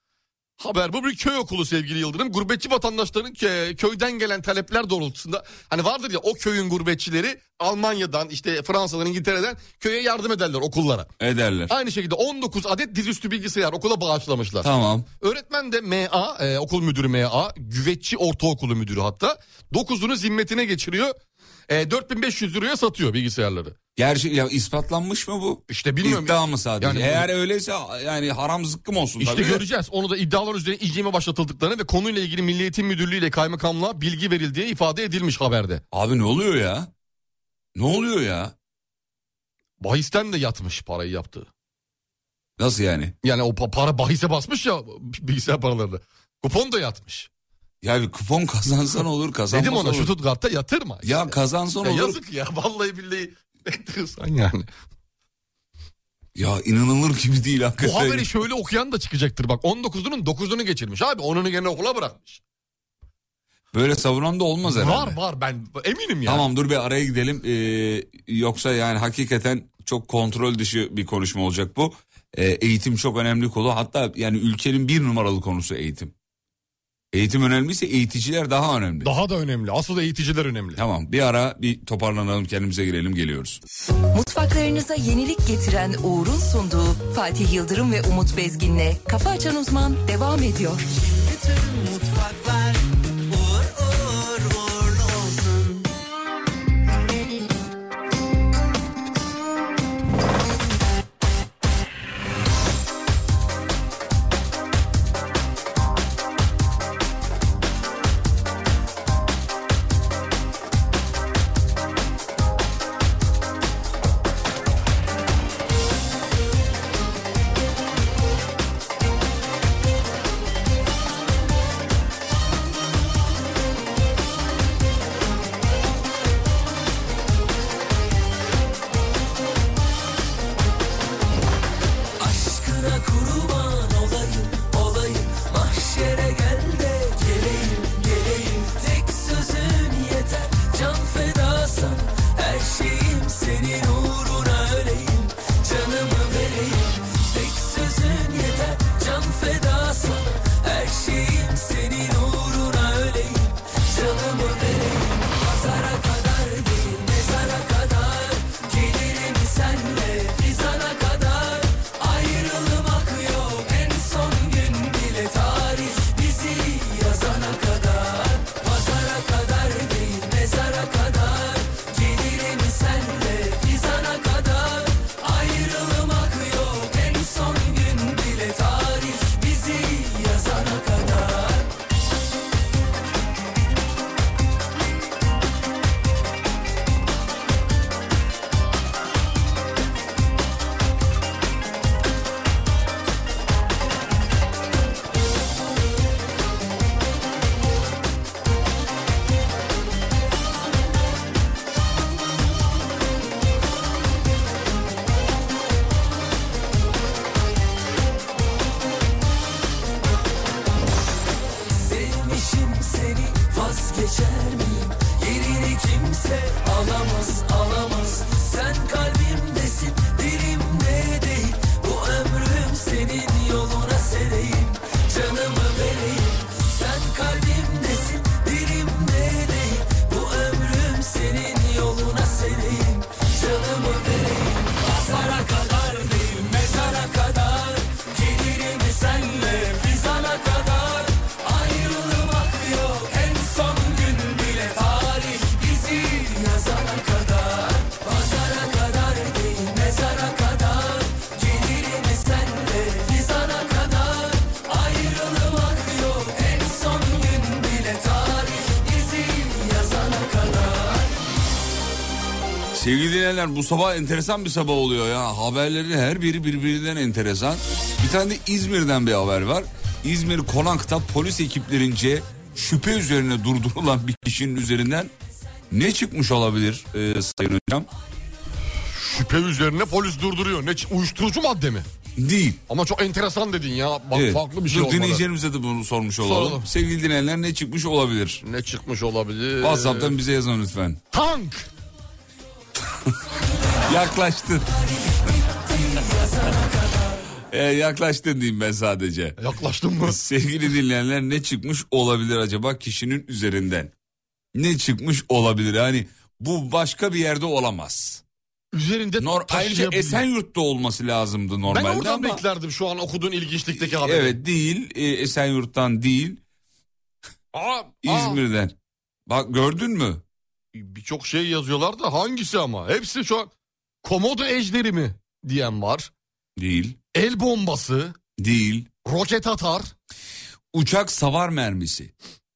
Bir köy okulu sevgili Yıldırım. Gurbetçi vatandaşların köyden gelen talepler doğrultusunda, hani vardır ya o köyün gurbetçileri Almanya'dan, işte Fransa'dan, İngiltere'den köye yardım ederler okullara. Ederler. Aynı şekilde 19 adet dizüstü bilgisayar okula bağışlamışlar. Tamam. Öğretmen de MA, okul müdürü MA, Güveççi Ortaokulu müdürü hatta 9'unu zimmetine geçiriyor. 4500 liraya satıyor bilgisayarları. Gerçi ya ispatlanmış mı bu? İşte bilmiyorum. İddia mı sadece? Yani eğer öyleyse yani haram zıkkım olsun İşte tabii. göreceğiz. Onu da iddialar üzerine inceleme başlatıldıklarını ve konuyla ilgili Milli Eğitim Müdürlüğü ile kaymakamlığa bilgi verildiği ifade edilmiş haberde. Abi ne oluyor ya? Ne oluyor ya? Bahisten de yatmış parayı yaptığı. Nasıl yani? Yani o para bahise basmış ya bilgisayar paralarını. Kupon da yatmış. Ya bir kupon kazansan olur, kazanmaz dedim ona olur. Şu Stuttgart'ta yatırma. İşte. Ya kazansan olur. Yazık ya, vallahi billahi. Enteresan yani. Ya inanılır gibi değil hakikaten. Bu haberi şöyle okuyan da çıkacaktır bak. 19'unun 9'unu geçirmiş abi. 10'unu gene okula bırakmış. Böyle savunan da olmaz herhalde. Var ben eminim ya. Tamam, dur bir araya gidelim. Yoksa yani hakikaten çok kontrol dışı bir konuşma olacak bu. Eğitim çok önemli konu. Hatta yani ülkenin 1 numaralı konusu eğitim. Eğitim önemliyse eğiticiler daha önemli. Daha da önemli. Asıl eğiticiler önemli. Tamam, bir ara bir toparlanalım, kendimize girelim, geliyoruz. Mutfaklarınıza yenilik getiren Uğur'un sunduğu Fatih Yıldırım ve Umut Bezgin'le Kafa Açan Uzman devam ediyor. Bütün mutfaklar uğur uğur uğurlu olsun. Sevgili dinleyenler, bu sabah enteresan bir sabah oluyor ya. Haberlerin her biri birbirinden enteresan. Bir tane de İzmir'den bir haber var. İzmir Konak'ta polis ekiplerince şüphe üzerine durdurulan bir kişinin üzerinden ne çıkmış olabilir Sayın Hocam? Şüphe üzerine polis durduruyor. Uyuşturucu madde mi? Değil. Ama çok enteresan dedin ya. Bak Evet. farklı bir şey Dur, olmalı. dinleyicilerimize de bunu sormuş olalım. Soralım. Sevgili dinleyenler, ne çıkmış olabilir? Ne çıkmış olabilir? WhatsApp'tan bize yazın lütfen. Tank. Yaklaştın. Yaklaştın diyeyim ben sadece. Yaklaştın mı? Sevgili dinleyenler, ne çıkmış olabilir acaba kişinin üzerinden? Ne çıkmış olabilir? Yani bu başka bir yerde olamaz. Üzerinde Ayrıca taşıyabilir. Esenyurt'ta olması lazımdı normalde Ben oradan ama... beklerdim şu an okuduğun ilginçlikteki haberi. Evet, değil. Esenyurt'tan değil. İzmir'den. Bak, gördün mü? Birçok şey yazıyorlar da hangisi ama? Hepsi şu an Komodo ejderi mi diyen var. Değil. El bombası. Değil. Roket atar. Uçak savar mermisi.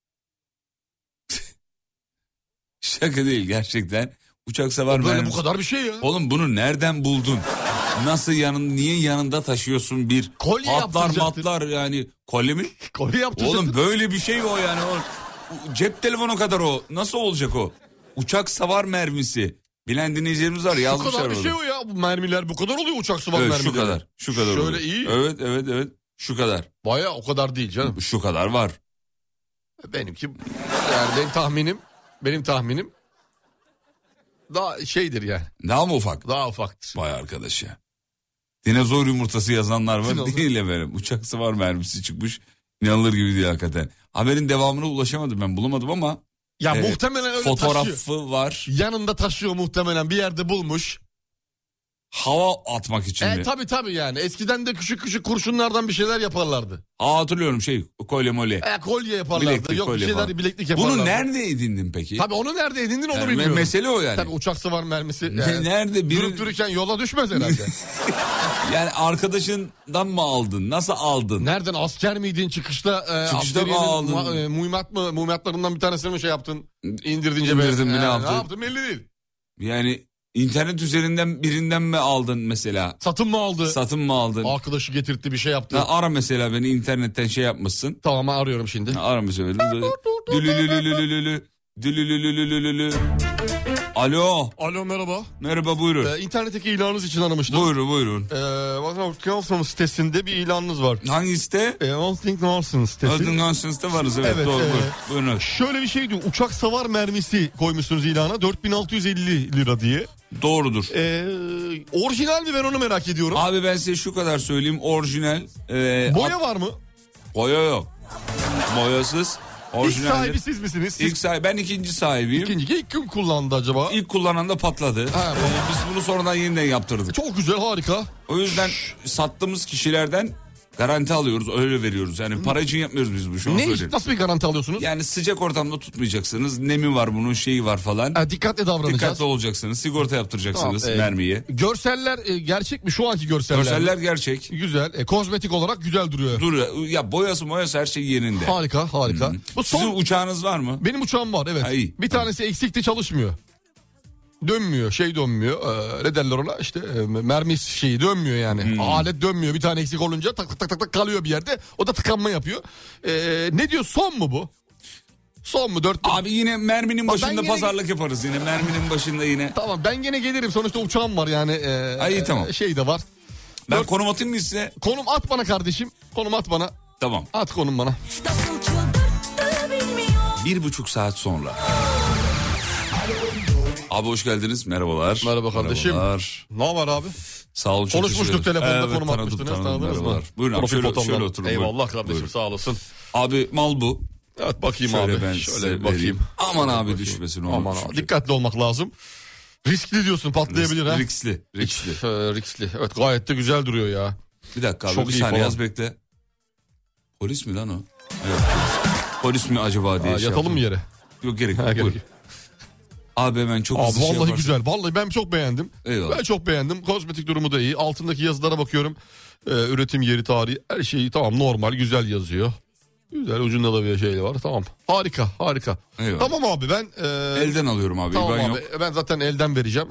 Şaka değil gerçekten. Uçak savar Böyle mermisi. bu kadar bir şey ya. Oğlum bunu nereden buldun? Nasıl niye yanında taşıyorsun bir Kolye hatlar yaptıracaktır. matlar yani, kolye mi? Kolye yaptıracaktır. Oğlum böyle bir şey o yani. Cep telefonu kadar o. Nasıl olacak o? Uçak savar mermisi. Bilen dinleyicilerimiz var, yazmışlar. Şu kadar bir orada. şey o ya. Bu mermiler bu kadar oluyor, uçak savar Evet, mermileri. şu kadar. Şu kadar. Şöyle oluyor. iyi. Evet. Şu kadar. Baya o kadar değil canım. Şu kadar var. Benimki yani benim tahminim daha şeydir yani. Daha mı ufak? Daha ufaktır. Vay arkadaş ya. Dinozor yumurtası yazanlar var. Dinozor. Değil efendim. Uçak savar mermisi çıkmış. İnanılır gibi değil hakikaten. Haberin devamına ulaşamadım, ben bulamadım ama. Ya muhtemelen öyle fotoğrafı taşıyor. var. Yanında taşıyor muhtemelen, bir yerde bulmuş. Hava atmak için mi? Tabii yani. Eskiden de küçük kurşunlardan bir şeyler yaparlardı. Hatırlıyorum kolye molye. Kolye yaparlardı. Bileklik, Yok bir kolye şeyler, falan. bileklik yaparlardı. Bunu nerede edindin peki? Tabii onu nerede edindin onu Yani bilmiyorum. mesele o yani. Tabii uçak savar mermisi. Nerede biri... Durup dururken yola düşmez herhalde. Yani arkadaşından mı aldın? Nasıl aldın? Nereden, asker miydin çıkışta? Çıkışta mı aldın? Mühimmatlarından bir tanesini mi şey yaptın? İndirdin cebe. İndirdim mi, ne yaptın? Ne yaptın belli değil. Yani internet üzerinden birinden mi aldın mesela? Satın mı aldı? Satın mı aldın? Arkadaşı getirtti, bir şey yaptı. Ara mesela beni, internetten şey yapmışsın. Tamam, arıyorum şimdi. Ara mesela. Dülülülülülülülü. Alo. Alo, merhaba. Merhaba, buyurun. İnternetteki ilanınız için aramıştım. Buyurun. Watson sitesinde bir ilanınız var. Hangi site? Watson sitesi. Watson varız, evet, doğru. Buyurun. Şöyle bir şey diyor. Uçak savar mermisi koymuşsunuz ilana. 4650 lira diye. Doğrudur. Orijinal mi, ben onu merak ediyorum. Abi ben size şu kadar söyleyeyim. Orijinal. Boya var mı? Boya yok. Boyasız. İlk sahibi siz misiniz? İlk sahibi, ben ikinci sahibiyim. İlk kim kullandı acaba? İlk kullanan da patladı. Biz bunu sonradan yeniden yaptırdık. Çok güzel, harika. O yüzden sattığımız kişilerden garanti alıyoruz, öyle veriyoruz. Yani para için yapmıyoruz biz bu şu an. Nasıl bir garanti alıyorsunuz? Yani sıcak ortamda tutmayacaksınız. Nemi var bunun, şeyi var falan. Dikkatli davranacağız. Dikkatli olacaksınız. Sigorta yaptıracaksınız, mermiye. Görseller gerçek mi şu anki görseller? Görseller gerçek. Güzel. Kozmetik olarak güzel duruyor. Duruyor. Ya boyası her şey yerinde. Harika. Bu Sizin uçağınız var mı? Benim uçağım var, evet. İyi. Bir tanesi eksikti, çalışmıyor. Dönmüyor, dönmüyor. Ne derler ona? İşte mermi şeyi dönmüyor yani. Alet dönmüyor. Bir tane eksik olunca tak kalıyor bir yerde. O da tıkanma yapıyor. Ne diyor, son mu bu? Son mu? 4 Abi yine merminin başında pazarlık yaparız yine. Merminin başında yine. Tamam, ben gene gelirim. Sonuçta uçağım var yani. İyi, tamam. Şey de var. Ben konum atayım mı size? Konum at bana kardeşim. Konum at bana. Tamam. At konum bana. 1,5 saat sonra. Abi hoş geldiniz. Merhabalar. Merhaba kardeşim. Merhabalar. Ne var abi? Sağ olun. Konuşmuştuk telefonda, konum tanıdım, atmıştınız. tanıdım, Tanıdınız mı? Buyurun abi, şöyle oturun. Eyvallah kardeşim, buyurun. sağ olasın. Abi mal bu. Evet, bakayım Şöyle abi. ben Şöyle size bakayım. vereyim. Aman abi düşmesin. Aman abi. Dikkatli olmak lazım. Riskli diyorsun, patlayabilir ha. Riskli. Riskli. Evet, gayet de güzel duruyor ya. Bir dakika abi, Çok bir iyi saniye falan. yaz, bekle. Polis mi lan o? Evet. Polis mi acaba diye Yatalım mı yere? Yok, gerek yok. Buyur. Abi hemen çok abi hızlı vallahi yaparsın. güzel. Vallahi ben çok beğendim. Eyvallah. Ben çok beğendim. Kozmetik durumu da iyi. Altındaki yazılara bakıyorum. Üretim yeri, tarihi, her şeyi tamam, normal, güzel yazıyor. Güzel, ucunda da bir şey var, tamam. Harika. Eyvallah. Tamam abi, ben... Elden alıyorum abi. Tamam ben abi, yok. ben zaten elden vereceğim.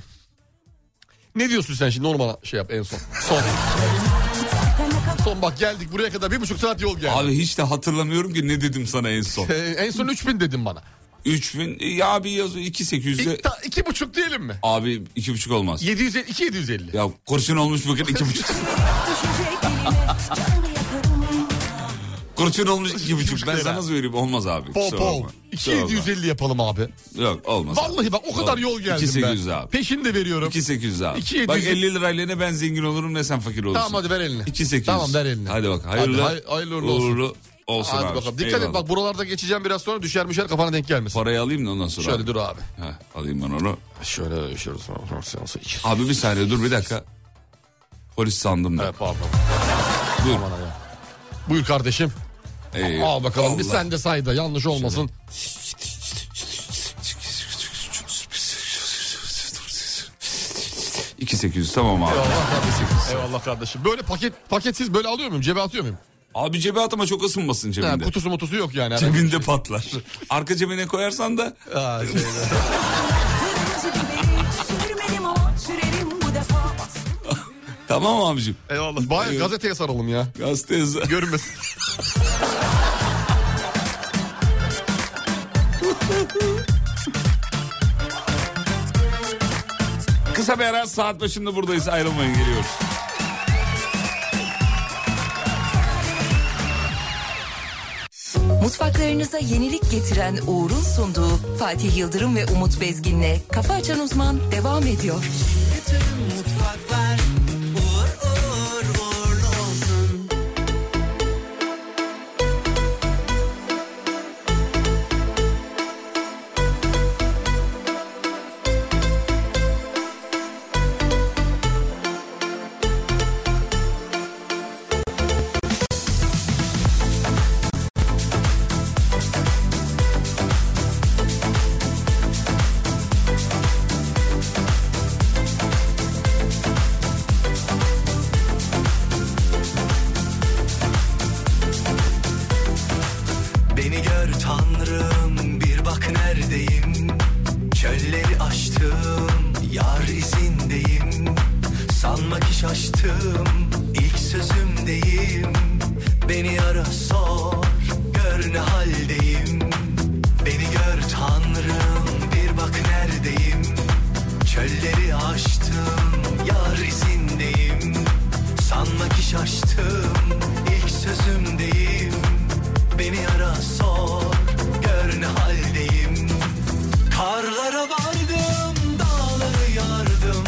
Ne diyorsun sen şimdi, normal şey yap en son. Son bak, geldik buraya kadar 1,5 saat yol geldi. Abi hiç de hatırlamıyorum ki ne dedim sana en son. En son 3000 dedim bana. 3000 ya abi yazıyor 2800'de. 2,5 diyelim mi? Abi 2,5 olmaz. 750. Ya kurşun olmuş bakın 2,5. Kurşun olmuş 2,5. Ben sana nasıl vereyim, olmaz abi. Pol. 2,750 yapalım abi. Yok olmaz. Vallahi bak, o kadar yol geldim 2,800 ben. abi. Peşini de veriyorum. 2,800 abi. 2,700. Bak 50 lirayla ne ben zengin olurum ne sen fakir olursun. Tamam hadi ver elini. 2,800. Tamam ver elini. Hadi bak hayırlı uğurlu olsun hadi abi. bakalım. Dikkat et bak, buralarda geçeceğim biraz sonra, düşer kafana denk gelmesin. Parayı alayım da ondan sonra. Şöyle abi. dur abi. Alayım ben onu. Şöyle yaşıyoruz. Abi bir saniye dur bir dakika. Polis sandım da. Evet pardon. Dur. Buyur kardeşim. Al bakalım Allah. bir sen de say da yanlış olmasın. Şöyle. 2,800 tamam abi. Eyvallah kardeşim. Böyle paketsiz böyle alıyor muyum? Cebe atıyor muyum? Abi cebe at ama çok ısınmasın cebinde. Kutusu yok yani. Cebinde patlar. Arka cebine koyarsan da. Tamam abicim. Eyvallah. Bayağı gazeteye saralım ya. Gazeteye görünmesin. Kısa bir ara, saat başında buradayız, ayrılmayın, geliyoruz. Mutfaklarınıza yenilik getiren Uğur'un sunduğu Fatih Yıldırım ve Umut Bezgin'le Kafa Açan Uzman devam ediyor. Bütün mutfaklar uğurlu olsun. Beni gör Tanrım, bir bak neredeyim. Çölleri aştım, yar izindeyim. Sanma ki şaştım, ilk sözümdeyim. Beni ara sor, gör ne haldeyim. Beni gör Tanrım, bir bak neredeyim. Çölleri aştım, yar izindeyim. Sanma ki şaştım, ilk sözümdeyim. Beni ara sor, gör ne haldeyim. Karlara vardım, dağları yardım.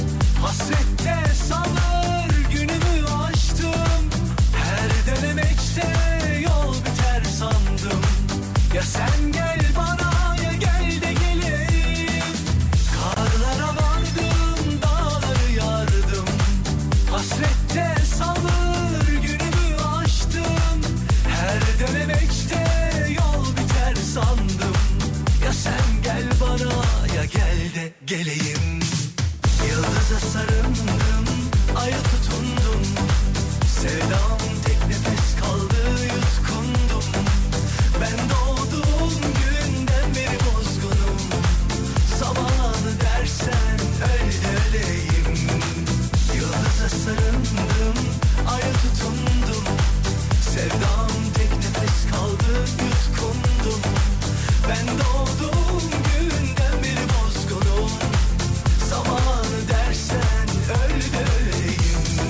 Hasrette sabır, günümü aştım. Her denemekte yol biter sandım. Ya sen gel bana, ya gel de geleyim. Karlara vardım, dağları yardım. Hasrette sabır, günümü aştım. Her denemekte yol biter sandım. Ya sen gel bana, ya gel de geleyim. Yıldıza sarıldım, aya tutundum. Sevdam tek nefes kaldı, yutkundum. Ben doğduğum günden beri bozgunum. Zamanı dersen öl de öleyim. Yıldıza sarıldım, aya tutundum. Sevdam tek nefes kaldı, yutkundum. Ben doğduğum günden beri bozgunum. Zamanı dersen öl de öleyim.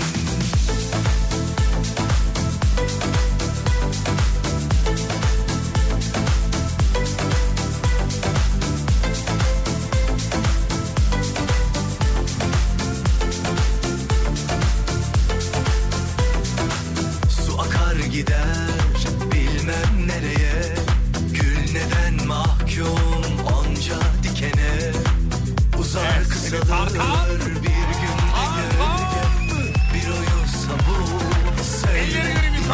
Su akar gider bilmem nereye. Gül neden mahkum onca dikene. Uzar kısalır bir günde gölge. Bir uyusa bu söyle.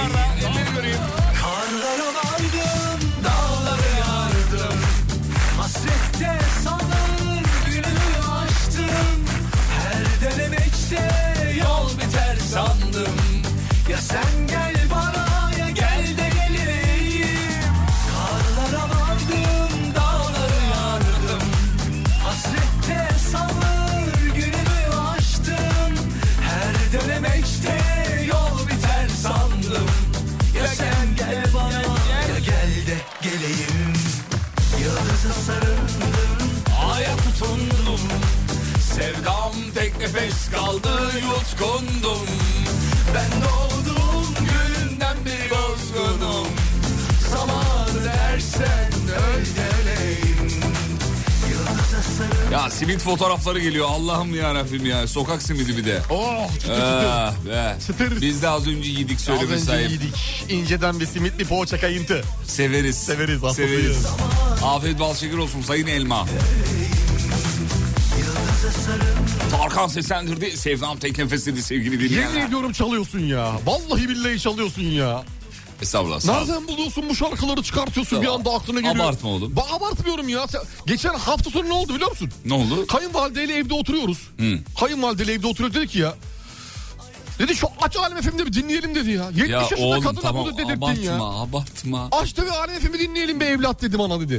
Karlara vardım, dağlara yardım. Hasrette sabır, günümü aştım. Her denemekte yol biter sandım. Ya sen gel bana, ya gel de geleyim. nefes kaldı yutkundum. Ben doğdum gününden beri bozgunum. Zamanı dersen öyleyim. Ya simit fotoğrafları geliyor Allah'ım ya Rabbim ya. Sokak simidi bir de. Oh çıtır. Biz de az önce yedik söylemiş sahip. Yedik. İnceden bir simit bir poğaça kayıntı. Severiz. Severiz. Afiyet bal şeker olsun sayın elma. Tarkan seslendirdi. Sevdam tek nefes dedi sevgili dinleyenler. Yemin ediyorum çalıyorsun ya. Vallahi billahi çalıyorsun ya. Estağfurullah. Nereden buluyorsun bu şarkıları çıkartıyorsun bir anda aklına geliyor. Abartma oğlum. Abartmıyorum ya. Geçen hafta sonu ne oldu biliyor musun? Ne oldu? Kayınvalideyle evde oturuyoruz. Kayınvalideyle evde oturuyoruz dedik ki ya. Dedi şu aç Alem FM'de bir dinleyelim dedi ya. 70 ya yaşında oğlum, kadına tamam, bunu dedirttin ya. Abartma. Aç da bir Alem FM'i dinleyelim be evlat dedim ana dedi.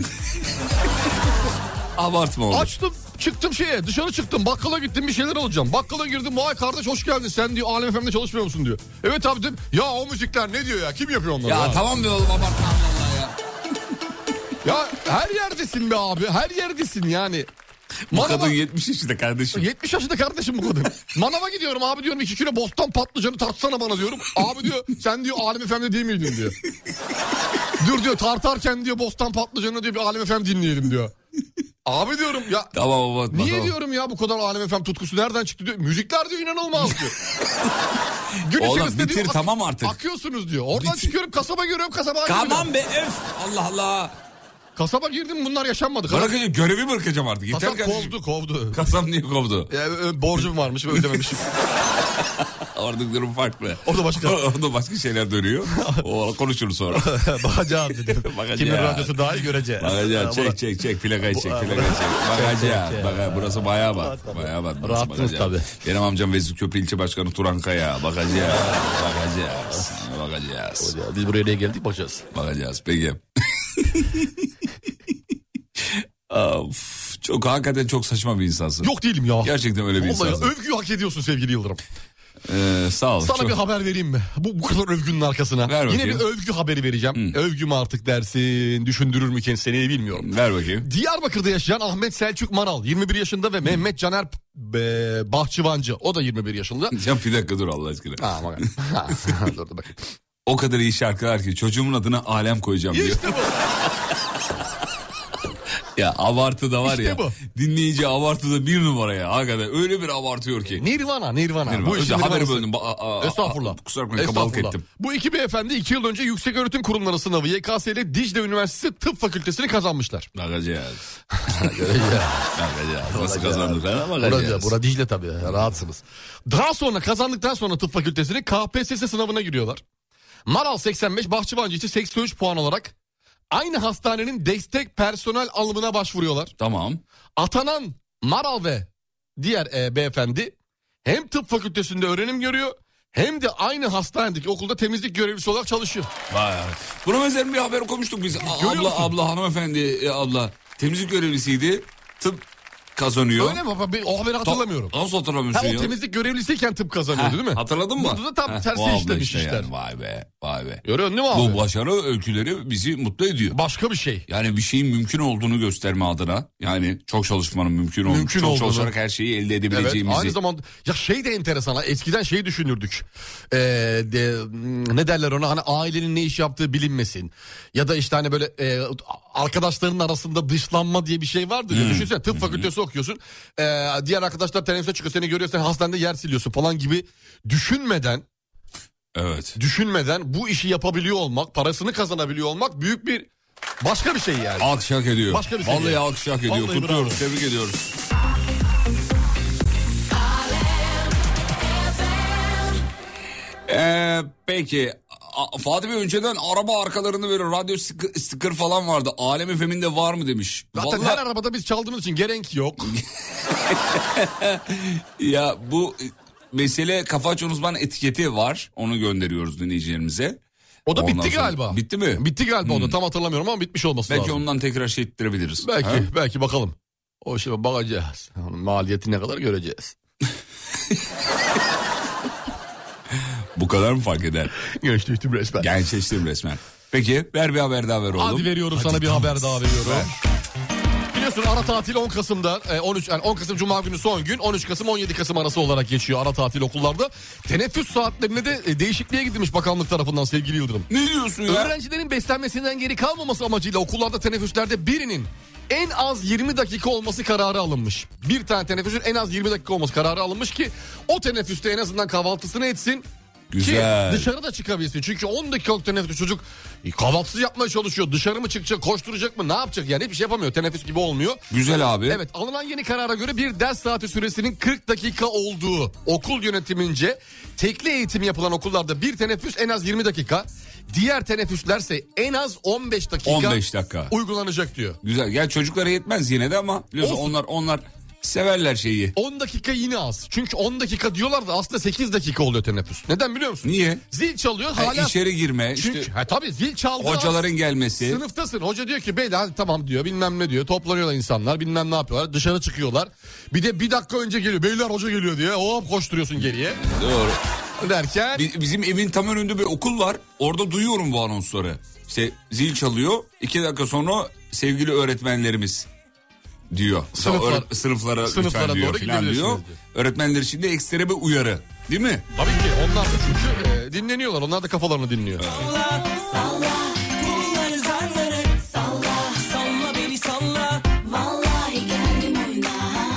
Abartma oğlum. Açtım çıktım dışarı çıktım bakkala gittim bir şeyler alacağım. Bakkala girdim vay kardeş hoş geldin sen diyor Alem FM'de çalışmıyor musun diyor. Evet abi dedim ya o müzikler ne diyor ya kim yapıyor onları? Ya tamam be oğlum abartma vallahi ya. Ya her yerdesin be abi her yerdesin yani. Bu kadın 70 yaşında kardeşim. 70 yaşında kardeşim bu kadın. Manava gidiyorum abi diyorum 2 kilo bostan patlıcanı tartsana bana diyorum. Abi diyor sen diyor Alem FM'de değil miydin diyor. Dur diyor tartarken diyor bostan patlıcanı diyor bir Alem FM dinleyelim diyor. Abi diyorum ya. Tamam abartma. Niye diyorum ya bu kadar Alem FM tutkusu nereden çıktı diyor. Müzikler diyor inanılmaz diyor. Gün oğlum bitir diyor, tamam artık. Akıyorsunuz diyor. Oradan çıkıyorum kasaba görüyorum kasaba. Tamam be öf Allah Allah. Kasaba girdim bunlar yaşanmadı. Bırakacağım görevi bırakacağım artık. Kasap kovdu. Kasap niye kovdu? Borcum varmış ve ödememişim. Orada durum farklı. Orada başka şeyler dönüyor. O konuşuruz sonra. Bakacağım dedim. Kimin radyosu daha iyi göreceğiz. Bakacağım çek plakayı çek. Bakacağım. Burası bayağı var. Rahatsınız tabii. Benim amcam Vezirköprü İlçe Başkanı Turan Kaya. Bakacağız. Biz buraya niye geldik bakacağız. Peki. Çok hakikaten çok saçma bir insansın. Yok değilim ya. Gerçekten öyle bir insansın. Övgüyü hak ediyorsun sevgili Yıldırım. Sağ ol. Sana bir haber vereyim mi? Bu kadar övgünün arkasına. Ver yine bir övgü haberi vereceğim. Övgü mü artık dersin, düşündürür mü kendisini bilmiyorum. Ver bakayım. Diyarbakır'da yaşayan Ahmet Selçuk Maral 21 yaşında ve Mehmet Caner Bahçıvancı o da 21 yaşında. Ya bir dakika dur Allah aşkına. Dur bak. O kadar iyi şarkılar ki çocuğumun adına Alem koyacağım diyor. İşte bu. Ya abartı da var İşte ya. bu. Dinleyici abartı da bir numara ya. Hakikaten öyle bir abartıyor ki. Nirvana. Bu işin haberi böldüm. Estağfurullah. Kusura bakmayın kabalık ettim. Bu iki beyefendi 2 yıl önce Yükseköğretim Kurumları sınavı YKS ile Dicle Üniversitesi Tıp Fakültesini kazanmışlar. Bakacağız. Nasıl kazandık ha? Bakacağız. Burada Dicle tabii. Rahatsınız. Daha sonra kazandıktan sonra tıp fakültesini KPSS sınavına giriyorlar. Maral 85, Bahçıvancı ise 83 puan olarak aynı hastanenin destek personel alımına başvuruyorlar. Tamam. Atanan Maral ve diğer beyefendi hem tıp fakültesinde öğrenim görüyor hem de aynı hastanedeki okulda temizlik görevlisi olarak çalışıyor. Vay. Buna benzer bir haber okumuştuk biz. Abla hanımefendi abla temizlik görevlisiydi. Tıp kazanıyor. Öyle mi? O haberi hatırlamıyorum. Nasıl hatırlamıyorsun ya? O temizlik görevlisiyken tıp kazanıyordu değil mi? Hatırladın mı? Burada da tam tersi işlemiş işler. Yani. Vay be. Görüyorsun değil mi abi? Bu başarı öyküleri bizi mutlu ediyor. Başka bir şey. Yani bir şeyin mümkün olduğunu gösterme adına. Yani çok çalışmanın mümkün olduğunu. Çok çalışarak her şeyi elde edebileceğimizi. Evet, aynı zamanda ya şey de enteresan. Eskiden şeyi düşünürdük. Ne derler ona? Hani ailenin ne iş yaptığı bilinmesin. Ya da işte hani böyle arkadaşlarının arasında dışlanma diye bir şey vardır. Ya düşünsene tıp fakültesi okuyorsun. Diğer arkadaşlar televizyona çıkıyor seni görüyor sen hastanede yer siliyorsun falan gibi düşünmeden bu işi yapabiliyor olmak, parasını kazanabiliyor olmak büyük bir başka bir şey yani. Alkış hak ediyor. Başka bir şey. Vallahi alkış hak ediyor. Kutluyoruz, tebrik ediyoruz. Peki Fatih Bey önceden araba arkalarını böyle radyo sticker falan vardı. Alem FM'in de var mı demiş. Zaten her arabada biz çaldığımız için gerek yok. Ya bu mesele Kafa Açan Uzman etiketi var. Onu gönderiyoruz dinleyicilerimize. O da bitti galiba. Bitti mi? Bitti galiba o da tam hatırlamıyorum ama bitmiş olması belki lazım. Belki ondan tekrar şey ettirebiliriz. Belki bakalım. O şey bakacağız. Onun maliyeti ne kadar göreceğiz. Bu kadar mı fark eder? Gençleştim resmen. Peki ver bir haber daha ver oğlum. Hadi veriyorum sana bir haber daha veriyorum. Biliyorsun ara tatil 10 Kasım'da 10 Kasım Cuma günü son gün, 13 Kasım 17 Kasım arası olarak geçiyor ara tatil okullarda. Teneffüs saatlerine de değişikliğe gidilmiş bakanlık tarafından sevgili Yıldırım. Ne diyorsun ya? Öğrencilerin beslenmesinden geri kalmaması amacıyla okullarda teneffüslerde birinin en az 20 dakika olması kararı alınmış. Bir tane teneffüsün en az 20 dakika olması kararı alınmış ki o teneffüste en azından kahvaltısını etsin. Güzel. Ki dışarı da çıkabilsin. Çünkü 10 dakikalık teneffüs çocuk kahvaltısı yapmaya çalışıyor. Dışarı mı çıkacak, koşturacak mı, ne yapacak yani, hiçbir şey yapamıyor. Teneffüs gibi olmuyor. Güzel abi. Evet, alınan yeni karara göre bir ders saati süresinin 40 dakika olduğu okul yönetimince tekli eğitim yapılan okullarda bir teneffüs en az 20 dakika. Diğer teneffüslerse en az 15 dakika uygulanacak diyor. Güzel. Ya çocuklara yetmez yine de ama biliyorsun onlar severler şeyi. 10 dakika yine az. Çünkü 10 dakika diyorlar da aslında 8 dakika oluyor teneffüs. Neden biliyor musun? Niye? Zil çalıyor hala. İçeri girme. Çünkü işte tabii zil çaldı. Hocaların gelmesi. Sınıftasın. Hoca diyor ki beyler tamam diyor, bilmem ne diyor. Toplanıyorlar insanlar, bilmem ne yapıyorlar. Dışarı çıkıyorlar. Bir de bir dakika önce geliyor. Beyler hoca geliyor diye. Hop koşturuyorsun geriye. Doğru. Derken. Bizim evin tam önünde bir okul var. Orada duyuyorum bu anonsları. İşte zil çalıyor. 2 dakika sonra sevgili öğretmenlerimiz diyor. Sınıflara lütfen diyor falan diyor. Öğretmenler için de ekstra bir uyarı. Değil mi? Tabii ki. Onlar da çünkü dinleniyorlar. Onlar da kafalarını dinliyor. Salla, kolları zarları, salla, salla beni salla. Vallahi geldim oyuna.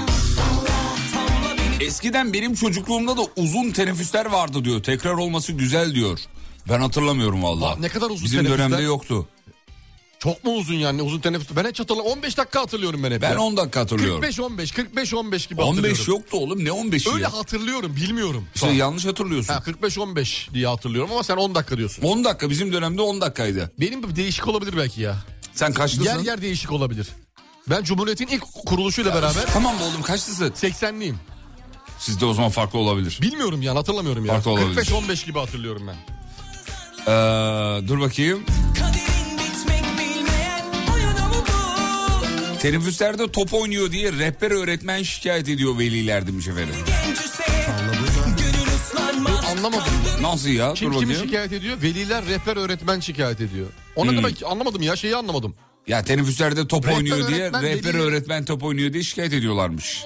Salla beni. Eskiden benim çocukluğumda da uzun teneffüsler vardı diyor. Tekrar olması güzel diyor. Ben hatırlamıyorum vallahi. Ne kadar uzun bizim teneffüsler? Dönemde yoktu. Çok mu uzun yani, uzun teneffüs? Ben hiç hatırlamıyorum. 15 dakika hatırlıyorum ben hep. Ben 10 dakika hatırlıyorum. 45-15 gibi 15 hatırlıyorum. yoktu oğlum, ne 15'i Öyle ya? hatırlıyorum, bilmiyorum. İşte yanlış hatırlıyorsun. 45-15 diye hatırlıyorum ama sen 10 dakika diyorsun. 10 dakika bizim dönemde 10 dakikaydı. Benim değişik olabilir belki ya. Sen kaçlısın? Yer değişik olabilir. Ben Cumhuriyet'in ilk kuruluşuyla beraber. Tamam oğlum, kaçlısın? 80'liyim. Sizde o zaman farklı olabilir. Bilmiyorum yani, hatırlamıyorum ya. Farklı olabilir. 45-15 gibi hatırlıyorum ben. Dur bakayım. Teneffüslerde top oynuyor diye rehber öğretmen şikayet ediyor veliler demiş efendim. Anlamadım. Nasıl ya? Kim kimi şikayet ediyor? Veliler rehber öğretmen şikayet ediyor. O ne demek? Anlamadım ya, şeyi anlamadım. Ya teneffüslerde top Rehber oynuyor diye öğretmen rehber veliler- öğretmen top oynuyor diye şikayet ediyorlarmış.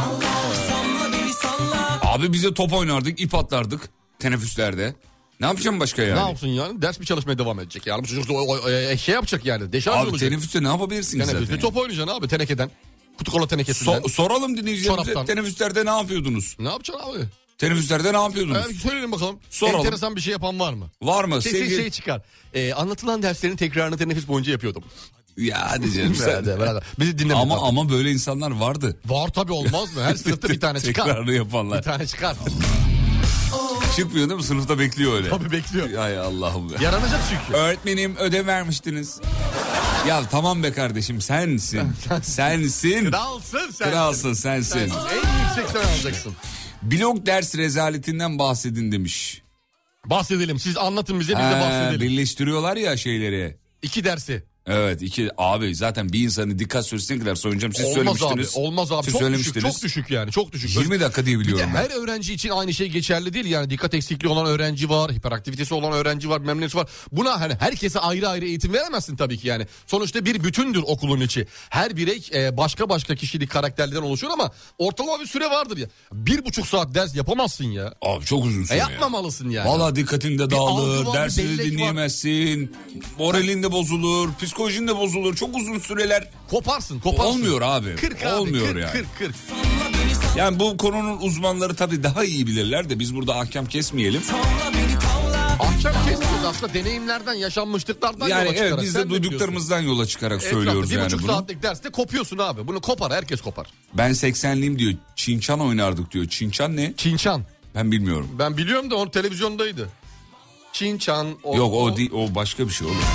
Abi bize top oynardık, ip atlardık teneffüslerde. Ne yapacağım başka yani? Ne yapsın yani? Ders mi çalışmaya devam edecek? Yani bu çocuk şey yapacak yani. Deşarj Abi olacak. teneffüste ne yapabilirsin ki Teneffüste zaten? top oynayacaksın abi, tenekeden. Kutu kola tenekesinden. Soralım dinleyicilerimize, Çoraptan. teneffüslerde ne yapıyordunuz? Ne yapacaksın abi? Teneffüslerde ne yapıyordunuz? Söyleyin bakalım. Soralım. Enteresan bir şey yapan var mı? Var mı? Kesin şey çıkar. Anlatılan derslerin tekrarını teneffüs boyunca yapıyordum. Ya hadi canım sen. Bizi dinleme. Ama böyle insanlar vardı. Var tabii, olmaz mı? Her sınıfta bir tane çıkar. Tekrarını yapanlar. Bir tane çıkar. Çıkmıyor değil mi? Sınıfta bekliyor öyle. Tabii bekliyor. Ay Allah'ım ya. Yaranacak çünkü. Öğretmenim ödev vermiştiniz. Ya tamam be kardeşim, sensin. Sensin. Kralsın sen. Kralsın sensin. En yüksek sen alacaksın. Blok ders rezaletinden bahsedin demiş. Bahsedelim. Siz anlatın bize, biz de bahsedelim. Birleştiriyorlar ya şeyleri. 2 dersi. Evet, abi zaten bir insanın dikkat süresine kadar soyunacağım. Siz söylemiştiniz. Olmaz abi. Siz Çok söylemiştiniz. düşük, çok düşük yani. Çok düşük. 20 dakika diye Bir de biliyorum ben. her öğrenci için aynı şey geçerli değil. Yani dikkat eksikliği olan öğrenci var, hiperaktivitesi olan öğrenci var, bilmem nesi var. Buna hani herkese ayrı ayrı eğitim veremezsin tabii ki yani. Sonuçta bir bütündür okulun içi. Her birey başka kişilik karakterlerden oluşur ama ortalama bir süre vardır ya. 1,5 saat ders yapamazsın ya. Abi çok uzun süre. Yapmamalısın yani. Valla dikkatin de algı dağılır, var, dersi bir de bellek dinleyemezsin, moralin de bozulur, psikolojin de bozulur. Çok uzun süreler. Koparsın. Olmuyor abi. 40 abi. Olmuyor 40, yani. 40. Yani bu konunun uzmanları tabii daha iyi bilirler de biz burada ahkam kesmeyelim. Ahkam kesmiyoruz aslında, deneyimlerden, yaşanmışlıklardan Yani yola çıkarak. evet, biz Sen de ne duyduklarımızdan yola çıkarak diyorsun? söylüyoruz yani Etrafta 1,5 bunu. saatlik derste kopuyorsun abi. Bunu kopar, herkes kopar. Ben 80'liyim diyor. Çinçan oynardık diyor. Çinçan ne? Çinçan. Ben bilmiyorum. Ben biliyorum da o televizyondaydı. Çinçan. Yok o değil, o başka bir şey oğlum.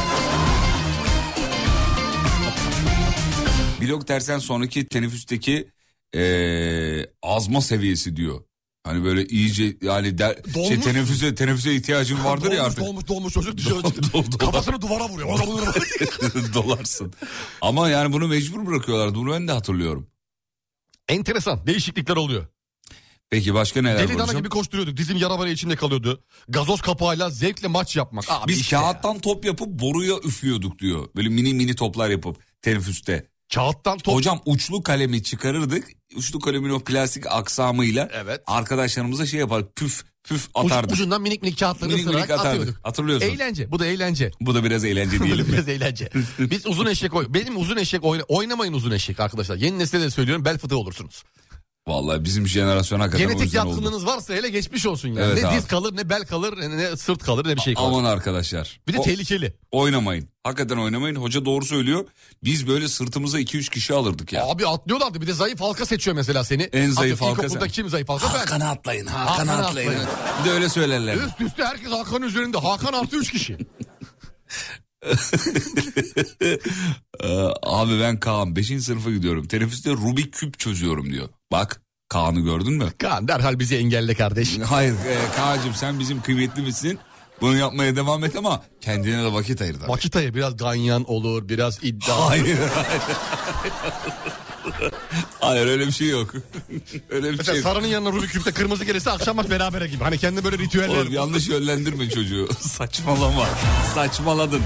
Blok dersten sonraki teneffüsteki azma seviyesi diyor. Hani böyle iyice yani teneffüse ihtiyacın vardır ya artık. Dolmuş çocuk dışarı çıkıyor. Kafasını duvara vuruyor. Dolarsın. Ama yani bunu mecbur bırakıyorlar. Bunu ben de hatırlıyorum. Enteresan değişiklikler oluyor. Peki başka neler Deli dana olacak? gibi koşturuyorduk. Dizim yara bara içinde kalıyordu. Gazoz kapağıyla zevkle maç yapmak. Abi Biz işte kağıttan top yapıp boruya üflüyorduk diyor. Böyle mini toplar yapıp teneffüste. Kağıttan top. Hocam uçlu kalemi çıkarırdık. Uçlu kalemin o plastik aksamıyla Evet. arkadaşlarımıza şey yapar, püf atardık. Ucundan minik kağıtları ısırarak atıyorduk. Hatırlıyorsun. Eğlence. Bu da eğlence. Bu da biraz eğlence diyelim mi? Biraz eğlence. Biz uzun eşek benim uzun eşek oynamayın uzun eşek arkadaşlar. Yeni nesile de söylüyorum, bel fıtığı olursunuz. Vallahi bizim jenerasyon hakikaten o Genetik yüzden oldu. yatkınlığınız varsa hele geçmiş olsun yani. Evet ne abi. diz kalır, ne bel kalır, ne sırt kalır, ne bir şey kalır. Aman arkadaşlar. Bir de tehlikeli. Oynamayın. Hakikaten oynamayın. Hoca doğru söylüyor. Biz böyle sırtımıza 2-3 kişi alırdık ya. Abi atlıyorlardı. Bir de zayıf halka seçiyor mesela seni. En zayıf halka İlkokulda sen. kim zayıf halka? Ben. Hakan'a atlayın. Hakan'a atlayın. Bir de öyle söylerler. Üst üste herkes Hakan'ın üzerinde. Hakan artı 3 kişi. Abi ben Kaan 5. sınıfa gidiyorum. Teneffüste Rubik küp çözüyorum diyor. Bak Kaan'ı gördün mü? Kaan derhal bizi engelle kardeş. Hayır Kaan'cığım sen bizim kıymetlimizsin. Bunu yapmaya devam et ama kendine de vakit ayır. Vakit ayı biraz ganyan olur, biraz iddia. Hayır. Hayır öyle bir şey yok. Öyle bir şey Mesela yok. Sarı'nın yanına Rubik küpte kırmızı gelirse akşam maç berabere gibi. Hani kendi böyle ritüeller. Oğlum yanlış yönlendirme çocuğu. Saçmalama. Saçmaladın.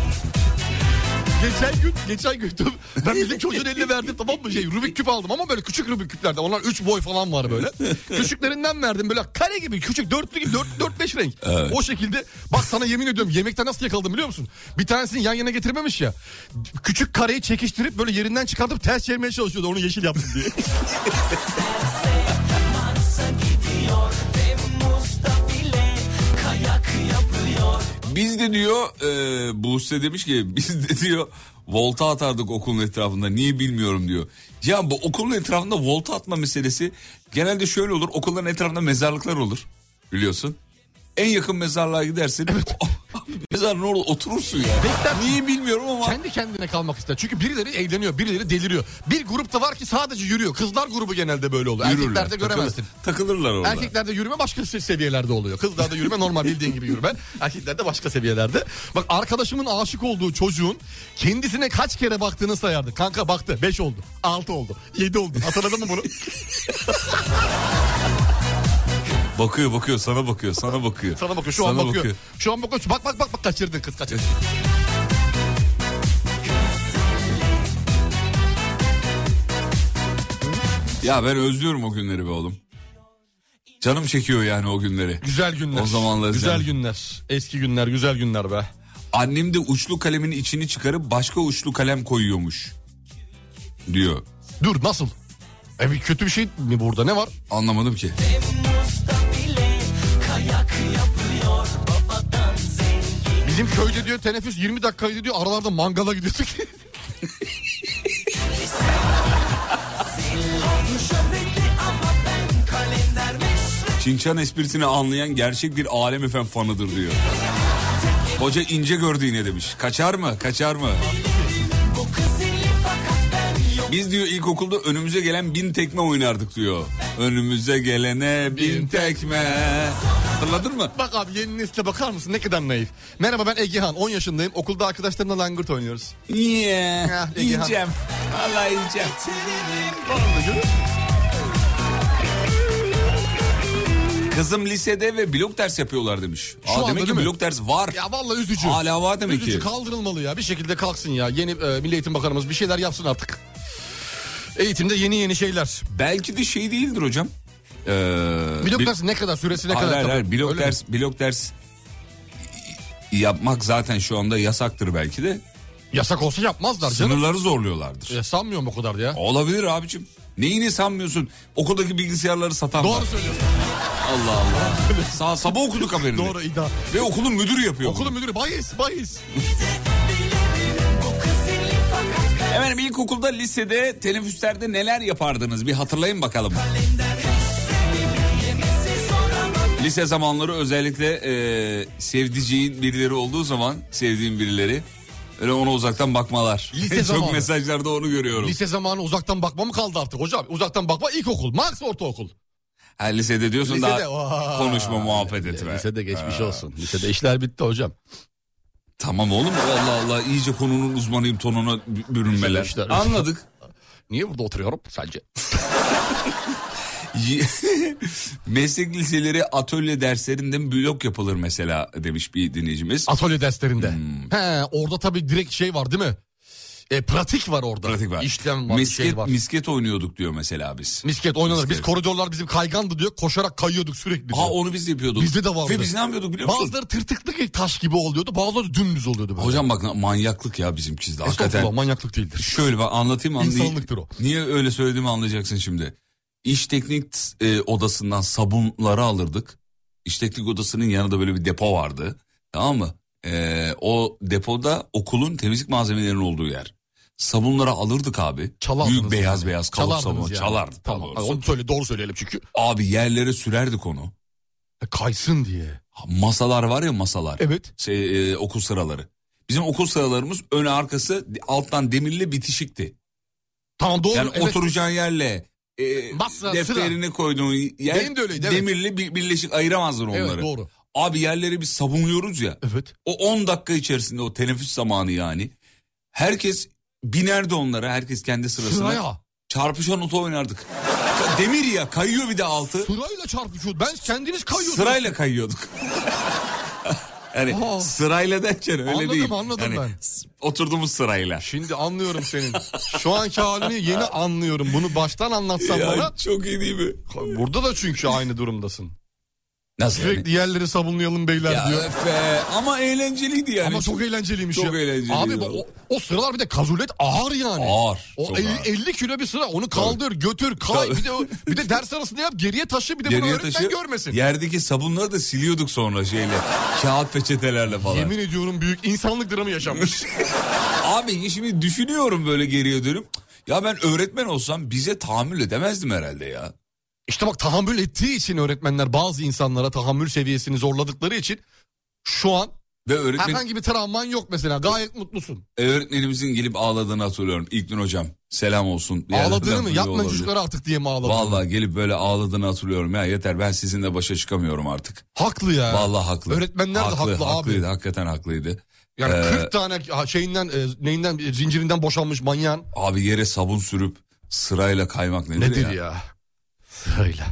Geçen gün ben bizim çocuğun eline verdim, tamam mı, Rubik küp aldım ama böyle küçük Rubik küplerde. Onlar 3 boy falan var böyle. Küçüklerinden verdim, böyle kare gibi küçük, dörtlü gibi 4-5 renk. Evet. O şekilde bak sana yemin ediyorum, yemekten nasıl yakaladım biliyor musun? Bir tanesini yan yana getirmemiş ya. Küçük kareyi çekiştirip böyle yerinden çıkartıp ters çevirmeye çalışıyordu onu yeşil yapsın diye. Biz de diyor Buse demiş ki biz de diyor volta atardık okulun etrafında, niye bilmiyorum diyor. Ya bu okulun etrafında volta atma meselesi genelde şöyle olur, okulların etrafında mezarlıklar olur biliyorsun. En yakın mezarlığa gidersin. Evet. Mezarın orada oturursun ya. Bekler. Niye bilmiyorum ama. Kendi kendine kalmak ister. Çünkü birileri eğleniyor, birileri deliriyor. Bir grup da var ki sadece yürüyor. Kızlar grubu genelde böyle oluyor. Yürürler, Erkeklerde göremezsin. Takılırlar orada. Erkeklerde yürüme başka seviyelerde oluyor. Kızlarda yürüme normal bildiğin gibi yürüme. Erkeklerde başka seviyelerde. Bak arkadaşımın aşık olduğu çocuğun kendisine kaç kere baktığını sayardı. Kanka baktı 5 oldu, 6 oldu, 7 oldu. Hatırladın mı bunu? Bakıyor sana bakıyor. Sana bakıyor, şu an bakıyor. Şu an bakıyor. Bak kaçırdın, kız kaçırdın. Ya ben özlüyorum o günleri be oğlum. Canım çekiyor yani o günleri. Güzel günler. O zamanlar güzel canım. günler. Eski günler, güzel günler be. Annem de uçlu kalemin içini çıkarıp başka uçlu kalem koyuyormuş diyor. Dur nasıl? Bir kötü bir şey mi burada, ne var? Anlamadım ki. Bizim köyde diyor teneffüs 20 dakikaydı diyor, aralarda mangala gidiyorduk. Çinçan esprisini anlayan gerçek bir Alem FM fanıdır diyor. Hoca ince gördü yine demiş. Kaçar mı? Biz diyor ilkokulda önümüze gelen 1000 tekme oynardık diyor. Önümüze gelene 1000 tekme. Hatırladın mı? Bak abi, yeni nesile bakar mısın, ne kadar naif. Merhaba, ben Egehan, 10 yaşındayım. Okulda arkadaşlarımla langırt oynuyoruz. Yeah. Yiyeceğim. Vallahi yiyeceğim. Kızım lisede ve blok ders yapıyorlar demiş. Şu Demek ki blok ders var. Ya vallahi üzücü. Hala var demek üzücü, ki. kaldırılmalı ya. Bir şekilde kalksın ya. Yeni Milli Eğitim Bakanımız bir şeyler yapsın artık. Eğitimde yeni şeyler. Belki de şey değildir hocam. Blok ders ne kadar, süresi ne kadar? Hayır. Blok ders yapmak zaten şu anda yasaktır belki de. Yasak olsa yapmazlar canım. Sınırları zorluyorlardır. Sanmıyorum o kadar ya. Olabilir abicim. Neyini sanmıyorsun? Okuldaki bilgisayarları satanlar. Doğru söylüyorsun. Allah. Sabah okuduk haberini. Doğru, iddia. Ve okulun müdürü yapıyor. Okulun müdürü bahis. Efendim ilkokulda, lisede, teneffüslerde neler yapardınız? Bir hatırlayın bakalım. Lise zamanları özellikle sevdiceğin birileri olduğu zaman, sevdiğin birileri, öyle ona uzaktan bakmalar. Lise Çok zamanı. mesajlarda onu görüyorum. Lise zamanı uzaktan bakma mı kaldı artık hocam? Uzaktan bakma ilkokul, max ortaokul. Ha, lisede diyorsun Lisede, daha konuşma, muhabbet etme. Lisede geçmiş olsun. Lisede işler bitti hocam. Tamam oğlum, Allah iyice konunun uzmanıyım tonuna bürünmeler. İşler. Anladık. Niye burada oturuyorum sence? Meslek liseleri atölye derslerinde blok yapılır mesela demiş bir dinleyicimiz. Atölye derslerinde. He, orada tabii direkt şey var değil mi? pratik var orada. Pratik var. İşlem var, şey var. Misket oynuyorduk diyor mesela biz. Misket oynanır. Biz koridorlar bizim kaygandı diyor. Koşarak kayıyorduk sürekli diyor. Onu biz de yapıyorduk. Bizde de vardı. Ve biz ne yapıyorduk biliyor musun? Bazıları tırtıklı taş gibi oluyordu. Bazıları dümdüz oluyordu böyle. Hocam bak manyaklık ya bizimkisi de. Hakikaten. Manyaklık değildir. Şöyle bak anlatayım. İnsanlıktır o. Niye öyle söylediğimi anlayacaksın şimdi. İş teknik odasından sabunları alırdık. İş teknik odasının yanında böyle bir depo vardı. Tamam mı? O depoda okulun temizlik malzemelerinin olduğu yer. Sabunları alırdık abi. Çalardınız büyük beyaz kalıp sabun. Yani. Çalardık. Tamam. Onu söyle, doğru söyleyelim çünkü. Abi yerlere sürerdik onu. Kaysın diye. Masalar var ya masalar. Evet. Okul sıraları. Bizim okul sıralarımız ön arkası alttan demirle bitişikti. Tamam doğru. Yani evet. oturacağın yerle defterini koyduğun yer benim de öyleydi, evet. Demirle birleşik ayıramazdın onları. Evet doğru. Abi yerleri biz sabunluyoruz ya. Evet. O 10 dakika içerisinde o teneffüs zamanı yani. Herkes binerdi onlara, herkes kendi sırasına. Sıraya. Çarpışan oto oynardık. Demir ya, kayıyor bir de altı. Sırayla çarpışıyordu. Ben kendiniz kayıyordunuz. Sırayla kayıyorduk. Yani sırayla derken öyle anladım, değil. Anladım yani, ben. Oturduğumuz sırayla. Şimdi anlıyorum senin. Şu anki halini yeni anlıyorum. Bunu baştan anlatsan ya, bana. Çok iyi değil mi? Burada da çünkü aynı durumdasın. Nasıl Sürekli yani? Yerleri sabunlayalım beyler ya diyor. Ama eğlenceliydi yani. Ama çok eğlenceliymiş çok ya. Eğlenceliydi. Abi o sıralar bir de kazulet ağır yani. Ağır. O 50 kilo bir sıra, onu kaldır götür kay. Bir de ders arasında yap, geriye taşı, bir de bunu öğretmen görmesin. Yerdeki sabunları da siliyorduk sonra kağıt peçetelerle falan. Yemin ediyorum büyük insanlık dramı yaşanmış. Abi şimdi düşünüyorum böyle geriye dönüp. Ya ben öğretmen olsam bize tahammül edemezdim herhalde ya. İşte bak, tahammül ettiği için öğretmenler bazı insanlara tahammül seviyesini zorladıkları için şu an ve herhangi bir travman yok mesela, gayet mutlusun. Öğretmenimizin gelip ağladığını hatırlıyorum. İlknur hocam selam olsun. Ağladığını mı? Yapmayın çocuklar artık diye mi ağladığını? Vallahi gelip böyle ağladığını hatırlıyorum. Ya yeter, ben sizinle başa çıkamıyorum artık. Haklı ya. Vallahi haklı. Öğretmenler de haklı abi. Haklıydı, hakikaten haklıydı. Yani 40 tane zincirinden boşanmış manyağın. Abi yere sabun sürüp sırayla kaymak nedir ya? Sırayla.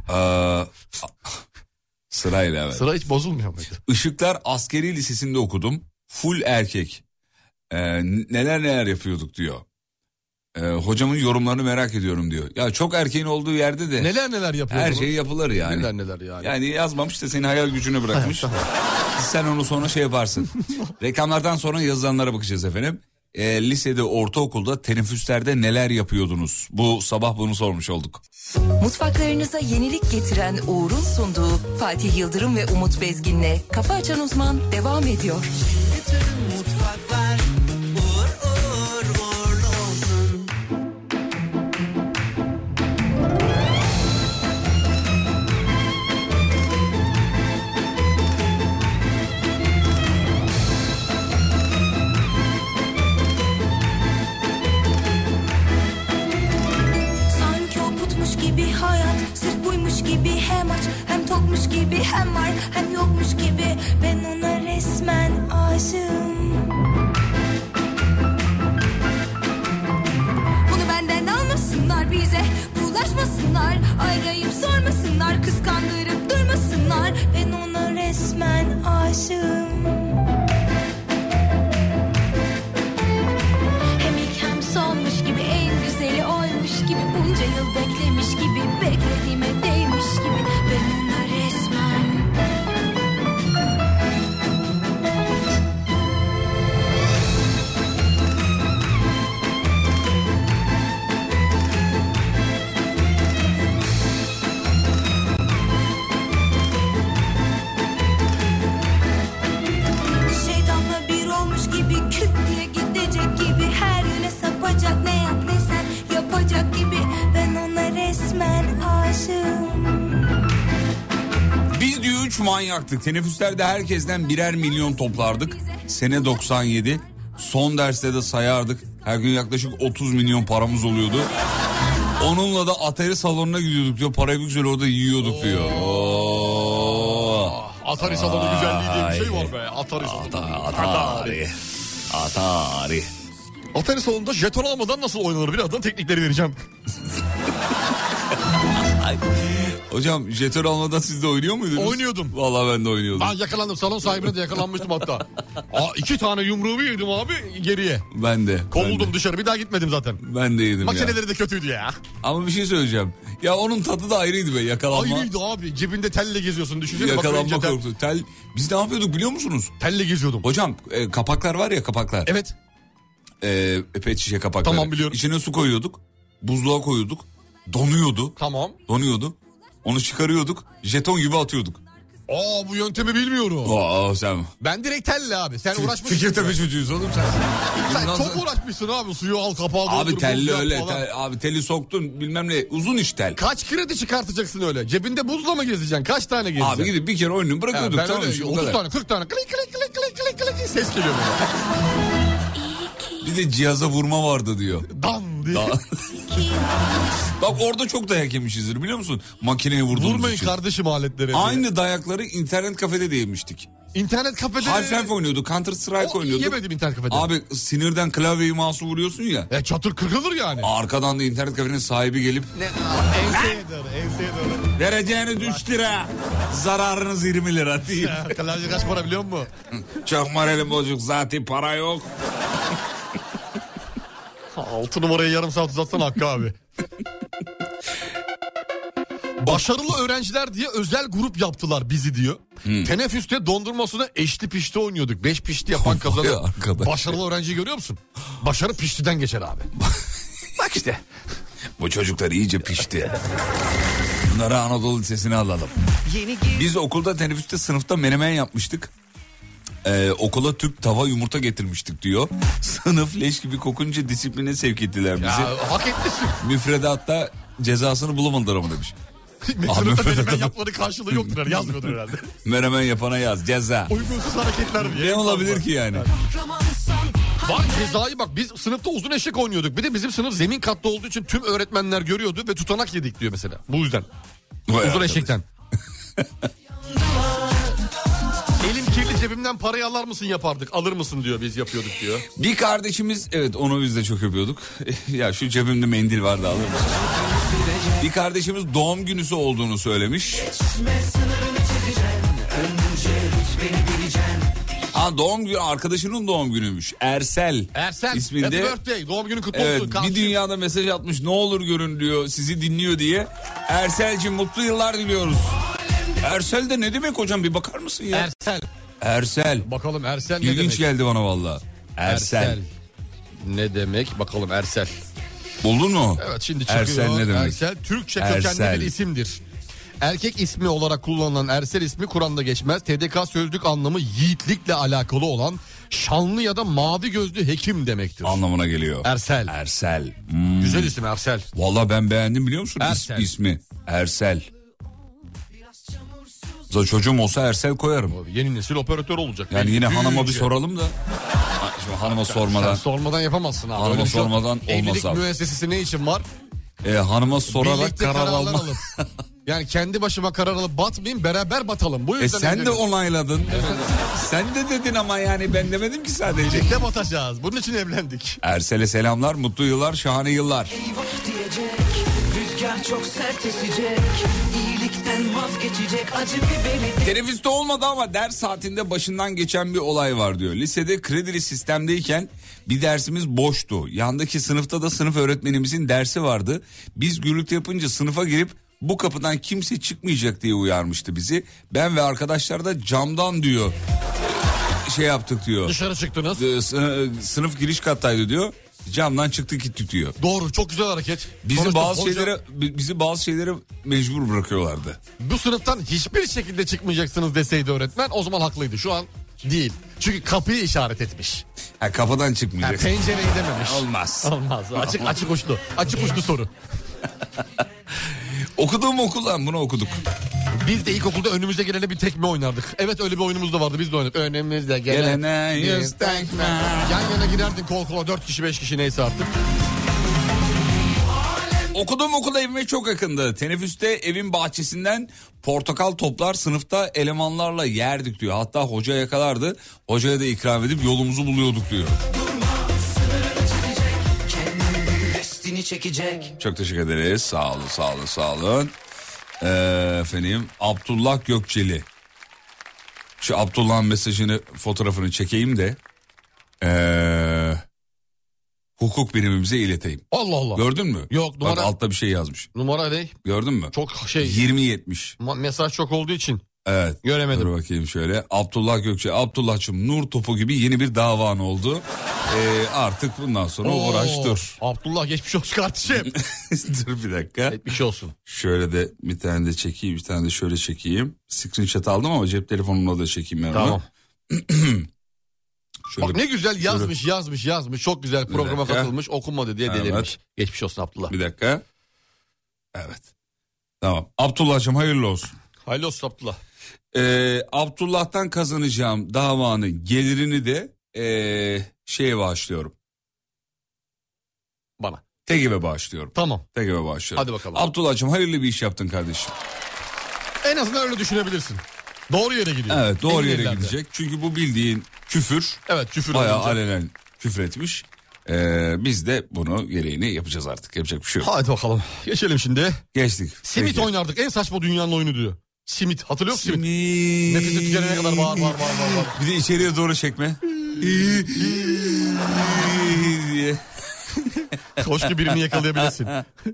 Sırayla evet. Sıra hiç bozulmuyor muydu? Işıklar Askeri Lisesi'nde okudum. Full erkek. Neler yapıyorduk diyor. Hocamın yorumlarını merak ediyorum diyor. Ya çok erkeğin olduğu yerde de. Neler yapıyor? Her şey yapılır yani. Neler yani. Yani yazmamış da seni hayal gücüne bırakmış. Sen onu sonra yaparsın. Reklamlardan sonra yazılanlara bakacağız efendim. Lisede, ortaokulda, teneffüslerde neler yapıyordunuz? Bu sabah bunu sormuş olduk. Mutfaklarınıza yenilik getiren Uğur'un sunduğu Fatih Yıldırım ve Umut Bezgin'le Kafa Açan Uzman devam ediyor. Bütün mutfaklar uğurlu olsun. Sanki o putmuş gibi hayat, sırf buymuş gibi hem aç hem tokmuş gibi, hem var hem yokmuş gibi. Ben ona resmen aşığım. Bunu benden almasınlar, bize bulaşmasınlar, arayıp sormasınlar, kıskandırıp durmasınlar. Ben ona resmen aşığım. Hem ilk hem sonmuş gibi, en güzeli oymuş gibi, bunca yıl beklemiş gibi, beklediğime değmiş gibi. Ben ona resmen şeytanla bir olmuş gibi, küt diye gidecek gibi, her yöne sapacak, ne yap ne sen yapacak gibi. Ben ona resmen aşığım. Biz diyor 3 manyaktık. Teneffüslerde herkesten birer milyon toplardık. Sene 97. Son derste de sayardık. Her gün yaklaşık 30 milyon paramız oluyordu. Onunla da Atari salonuna gidiyorduk diyor. Parayı bir güzel orada yiyorduk diyor. Atari salonu güzelliği diye bir şey var be. Atari salonu. Atari salonunda jeton almadan nasıl oynanır, birazdan teknikleri vereceğim. Hocam jeton almadan siz de oynuyor muydunuz? Oynuyordum. Vallahi ben de oynuyordum. Ben yakalandım. Salon sahibine de yakalanmıştım hatta. 2 tane yumruğumu yedim abi geriye. Ben de. Kovuldum dışarı. Bir daha gitmedim zaten. Ben de yedim ya. Makineleri de kötüydü ya. Ama bir şey söyleyeceğim. Ya onun tadı da ayrıydı be, yakalanma. Ayrıydı abi. Cebinde telle geziyorsun. Düşünsene Yakalanma bakınca korkusu. Biz ne yapıyorduk biliyor musunuz? telle geziyordum. Hocam kapaklar var ya, kapaklar. Evet. Pet şişe kapakları. Tamam, biliyorum. İçine su koyuyorduk. Buzluğa koyuyorduk. Donuyordu. Tamam. Donuyordu. Onu çıkarıyorduk. Jeton gibi atıyorduk. Bu yöntemi bilmiyorum. Sen. Ben direkt telle abi. Sen uğraşmışsın. Fikirtepe çocuğuyuz oğlum sen. Sen çok uğraşmışsın abi. Suyu al, kapağı doldur. Abi telli buz yap öyle. falan. Abi teli soktun bilmem ne. Uzun iş tel. Kaç kredi çıkartacaksın öyle? Cebinde buzla mı gezeceksin? Kaç tane gezeceksin? Abi gidip bir kere oyunu bırakıyorduk. Ben tamam öyle işte, bu 30 kadar. tane 40 tane klik klik klik klik klik klik ses geliyor böyle. Bir de cihaza vurma vardı diyor. Dan diye. Bak orada çok dayak yemişizdir biliyor musun? Makineye vurduğumuz Vurmayın için. kardeşim aletleri. Aynı dayakları internet kafede de yemiştik. İnternet kafede. Half-Life oynuyorduk, Counter Strike oynuyorduk. Yemedim internet kafede. Abi sinirden klavyeyi mouse'u vuruyorsun ya. Çatır kırılır yani. Arkadan da internet kafenin sahibi gelip Enseye doğru. vereceğiniz 3 lira, zararınız 20 lira değil. Klavye kaç para biliyor musun? Çok moralim bozuk, zaten para yok. 6 numarayı yarım saat uzatsana Hakkı abi. Başarılı öğrenciler diye özel grup yaptılar bizi diyor. Teneffüste dondurmasına eşli pişti oynuyorduk. 5 pişti yapan kazanır. Başarılı öğrenciyi görüyor musun? Başarı piştiden geçer abi. Bak işte. Bu çocuklar iyice pişti. Bunları Anadolu Lisesi'ne alalım. Biz okulda teneffüste sınıfta menemen yapmıştık. Okula tüp tava yumurta getirmiştik diyor. Sınıf leş gibi kokunca disipline sevk ettiler bizi. Ya hak etmişsin. Müfredatta cezasını bulamadılar ama demiş. Sınıfta menemen yapmanın karşılığı yoktur herhalde. Yazmıyordur herhalde. Menemen yapana yaz ceza. Uygunsuz hareketler diye. Ne olabilir ki yani? Bak cezayı bak biz sınıfta uzun eşek oynuyorduk. Bir de bizim sınıf zemin katta olduğu için tüm öğretmenler görüyordu ve tutanak yedik diyor mesela. Bu yüzden. Uzun eşekten. Elim kirli cebimden parayı alır mısın yapardık. Alır mısın diyor biz yapıyorduk diyor. Bir kardeşimiz evet onu biz de çok yapıyorduk. Ya şu cebimde mendil vardı alır mısın? Bir kardeşimiz doğum günüsü olduğunu söylemiş. Doğum günü arkadaşının doğum günüymüş. Ersel. İsminde. Happy birthday. Doğum günü kutlu Evet, olsun. bir dünyada mesaj atmış ne olur görün diyor sizi dinliyor diye. Ersel'cim mutlu yıllar diliyoruz. Ersel de ne demek hocam bir bakar mısın ya? Ersel. Bakalım Ersel ne İlginç demek? geldi bana valla. Ersel. Ne demek? Bakalım Ersel. Buldun mu? Evet şimdi çıkıyor. Ersel ne demek? Ersel Türkçe kökenli Ersel. bir isimdir. Erkek ismi olarak kullanılan Ersel ismi Kur'an'da geçmez. TDK sözlük anlamı yiğitlikle alakalı olan şanlı ya da mavi gözlü hekim demektir. Anlamına geliyor. Ersel. Ersel. Güzel isim Ersel. Valla ben beğendim biliyor musun Ersel. ismi? Ersel. Çocuğum olsa Ersel koyarım. Yeni nesil operatör olacak. Yani yine Büyüyünce. hanıma bir soralım da. Şimdi hanıma sormadan. Sen sormadan yapamazsın abi. Hanıma Öyle bir şey yok. sormadan olmaz Evlilik abi. müessesesi ne için var? Hanıma sorarak Birlikte karar kararlar alma. alıp. Yani kendi başıma karar alıp batmayayım beraber batalım. Bu yüzden Sen de evleniyorum. onayladın. Sen de dedin ama yani ben demedim ki sadece. Birlikte batacağız. Bunun için evlendik. Ersel'e selamlar, mutlu yıllar, şahane yıllar. Eyvah diyecek, rüzgar çok sert esecek, iyilikten vazgeçecek acı biberi. Teneffüste olmadı ama ders saatinde başından geçen bir olay var diyor. Lisede kredili sistemdeyken bir dersimiz boştu. Yandaki sınıfta da sınıf öğretmenimizin dersi vardı. Biz gürültü yapınca sınıfa girip bu kapıdan kimse çıkmayacak diye uyarmıştı bizi. Ben ve arkadaşlar da camdan diyor şey yaptık diyor. Dışarı çıktınız. Sınıf giriş kattaydı diyor. Camdan çıktık gittik diyor. Doğru, çok güzel hareket. Bizi Sonuçta bazı şeylere mecbur bırakıyorlardı. Bu sınıftan hiçbir şekilde çıkmayacaksınız deseydi öğretmen o zaman haklıydı. Şu an değil. Çünkü kapıyı işaret etmiş. Kapıdan çıkmayacaksın. Pencereyi dememiş. Olmaz. Olmaz. Açık uçlu. Açık uçlu soru. Okuduğum okuldan bunu okuduk. Biz de ilkokulda önümüze gelene bir tekme oynardık. Evet öyle bir oyunumuz da vardı, biz de oynadık. Önümüzde Gelene yüz tekme. Yan yana girerdin kol kola 4 kişi 5 kişi neyse artık. Okuduğum okul evime çok yakındı. Teneffüste evin bahçesinden portakal toplar sınıfta elemanlarla yerdik diyor. Hatta hoca yakalardı. Hocaya da ikram edip yolumuzu buluyorduk diyor. Çekecek. Çok teşekkür ederiz. Sağ olun. Efendim Abdullah Gökçeli. Şu Abdullah'ın mesajını, fotoğrafını çekeyim de hukuk birimimize ileteyim. Allah Allah. Gördün mü? Yok, numara. Bak altta bir şey yazmış. Numara ne? Gördün mü? Çok şey. 20-70. Mesaj çok olduğu için. Evet. Göremedim. Dur bakayım şöyle. Abdullah Gökçe. Abdullah'cığım nur topu gibi yeni bir davan oldu. Artık bundan sonra uğraş dur. Abdullah geçmiş olsun kardeşim. Dur bir dakika. Geçmiş olsun. Şöyle de bir tane de çekeyim. Bir tane de şöyle çekeyim. Screenshot aldım ama cep telefonumla da çekeyim ben tamam. Şöyle, bak ne güzel yazmış. Çok güzel programa katılmış. Okunmadı diye delirmiş. Evet. Geçmiş olsun Abdullah. Bir dakika. Evet. Tamam. Abdullah'cığım hayırlı olsun. Hayırlı olsun Abdullah. Abdullah'tan kazanacağım davanın gelirini de şeye bağışlıyorum. Bana. TGV'e bağışlıyorum. Tamam. TGV'e bağışlıyorum. Hadi bakalım. Abdullah'cığım hayırlı bir iş yaptın kardeşim. En azından öyle düşünebilirsin. Doğru yere gidiyor. Evet, doğru yere gidecek. Çünkü bu bildiğin küfür. Evet, küfür. Bayağı alenen küfür etmiş. Biz de bunu gereğini yapacağız artık. Yapacak bir şey yok. Hadi bakalım. Geçelim şimdi. Geçtik. Simit oynardık. En saçma dünyanın oyunu diyor. Simit. Hatırlıyor musun simit? Nefesi tükenene kadar bağır. Bir de içeriye doğru çekme. diye. Hoş ki birini yakalayabilirsin.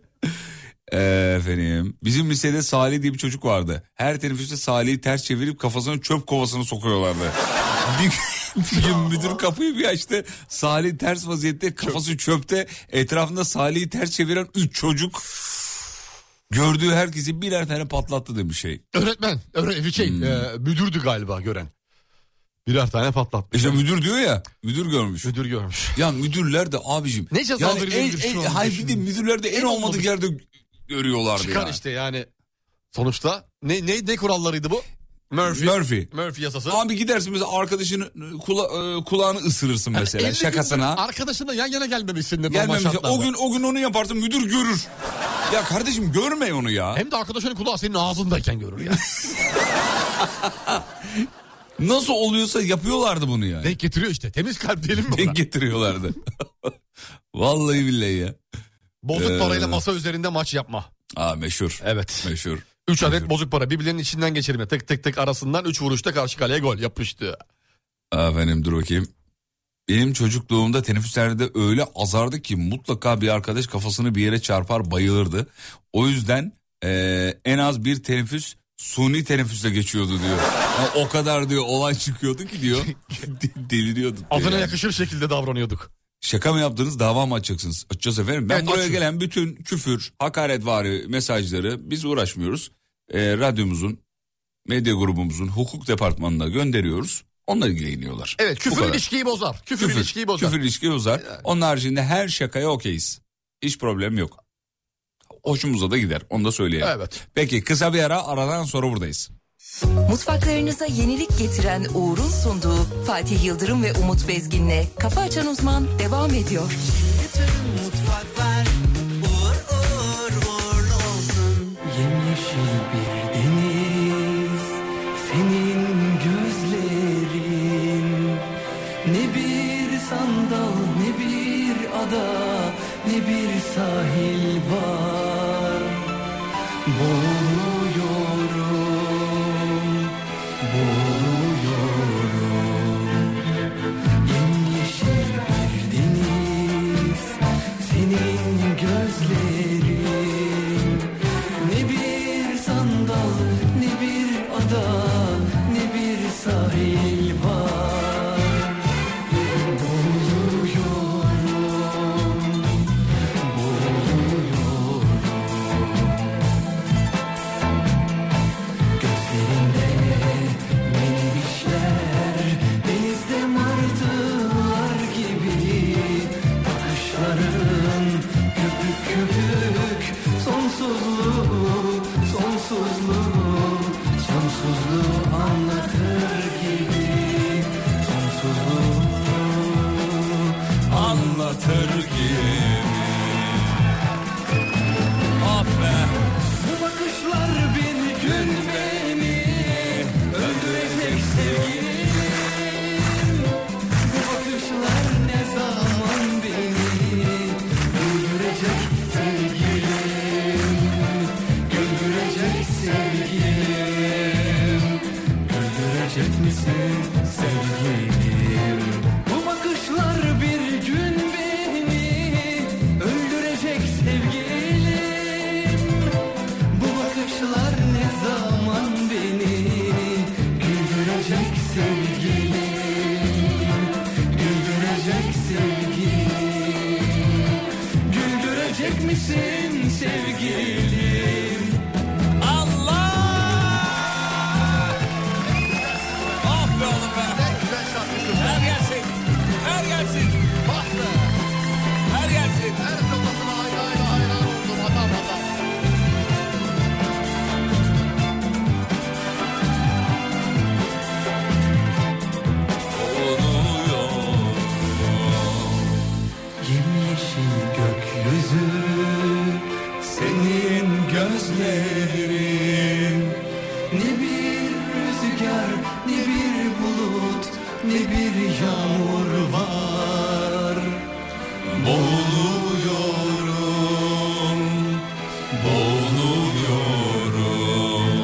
Efendim bizim lisede Salih diye bir çocuk vardı. Her teneffüste Salih'i ters çevirip kafasına çöp kovasını sokuyorlardı. Bir gün müdür kapıyı bir açtı. Salih ters vaziyette, kafası çöpte, etrafında Salih'i ters çeviren 3 çocuk gördüğü herkesi birer tane patlattı demiş şey. Öğretmen müdürdü galiba gören. Birer tane patlattı. İşte müdür diyor ya, müdür görmüş. Müdür görmüş. Ya müdürler de abicim. Ne ceza verilir şu an? Hayır bir de müdürler de en olmadık yerde görüyorlardı. Çıkar yani. işte yani. Sonuçta ne kurallarıydı bu? Murphy yasası. Abi gidersin mesela arkadaşının kulağını ısırırsın mesela yani şakasına. Arkadaşınla yan yana gelmemişsin de. O gün onu yaparsın müdür görür. Ya kardeşim görme onu ya. Hem de arkadaşının kulağı senin ağzındayken görür ya. Nasıl oluyorsa yapıyorlardı bunu yani. Denk getiriyor işte. Temiz kalp diyelim mi? Denk getiriyorlardı. Vallahi billahi ya. Bozuk parayla masa üzerinde maç yapma. Meşhur. Evet. Meşhur. 3 adet bozuk para birbirlerinin içinden geçirme. Tık arasından 3 vuruşta karşı kaleye gol yapıştı. Efendim dur bakayım. Benim çocukluğumda teneffüslerde öyle azardı ki mutlaka bir arkadaş kafasını bir yere çarpar bayılırdı. O yüzden en az bir teneffüs suni teneffüsle geçiyordu diyor. Yani o kadar diyor olay çıkıyordu ki diyor. Deliriyorduk. Adına yakışır şekilde davranıyorduk. Şaka mı yaptınız, dava mı açacaksınız? Açacağız efendim. Ben buraya gelen bütün küfür, hakaretvari mesajları biz uğraşmıyoruz. Radyomuzun, medya grubumuzun hukuk departmanına gönderiyoruz. Onlar ilgileniyorlar. Evet, küfür ilişkiyi bozar. Küfür ilişkiyi bozar. Yani. Onun haricinde her şakaya okeyiz. Hiç problem yok. Hoşumuza da gider. Onu da söyleyelim. Evet. Peki kısa bir aradan sonra buradayız. Mutfaklarınıza yenilik getiren Uğur'un sunduğu Fatih Yıldırım ve Umut Bezgin'le Kafa Açan Uzman devam ediyor. Bütün mutfaklar uğurlu olsun. Yemyeşil bir deniz, senin gözlerin. Ne bir sandal, ne bir ada, ne bir sahil var. Yemyeşil bir deniz, senin gözlerin. Ne bir sandal, ne bir ada, ne bir sahil var. Boğuluyorum. sevgilim, güldürecek sevgilim, güldürecek misin sevgilim? Allah! Ah be oğlum be. Her gelsin. Her gelsin. Her gelsin. Her kafasına ayrı ayrı hayran oldum adam adam. Yemyeşil gökyüzü, senin gözlerin. Ne bir rüzgar, ne bir bulut, ne bir yağmur var. Boğuluyorum, boğuluyorum.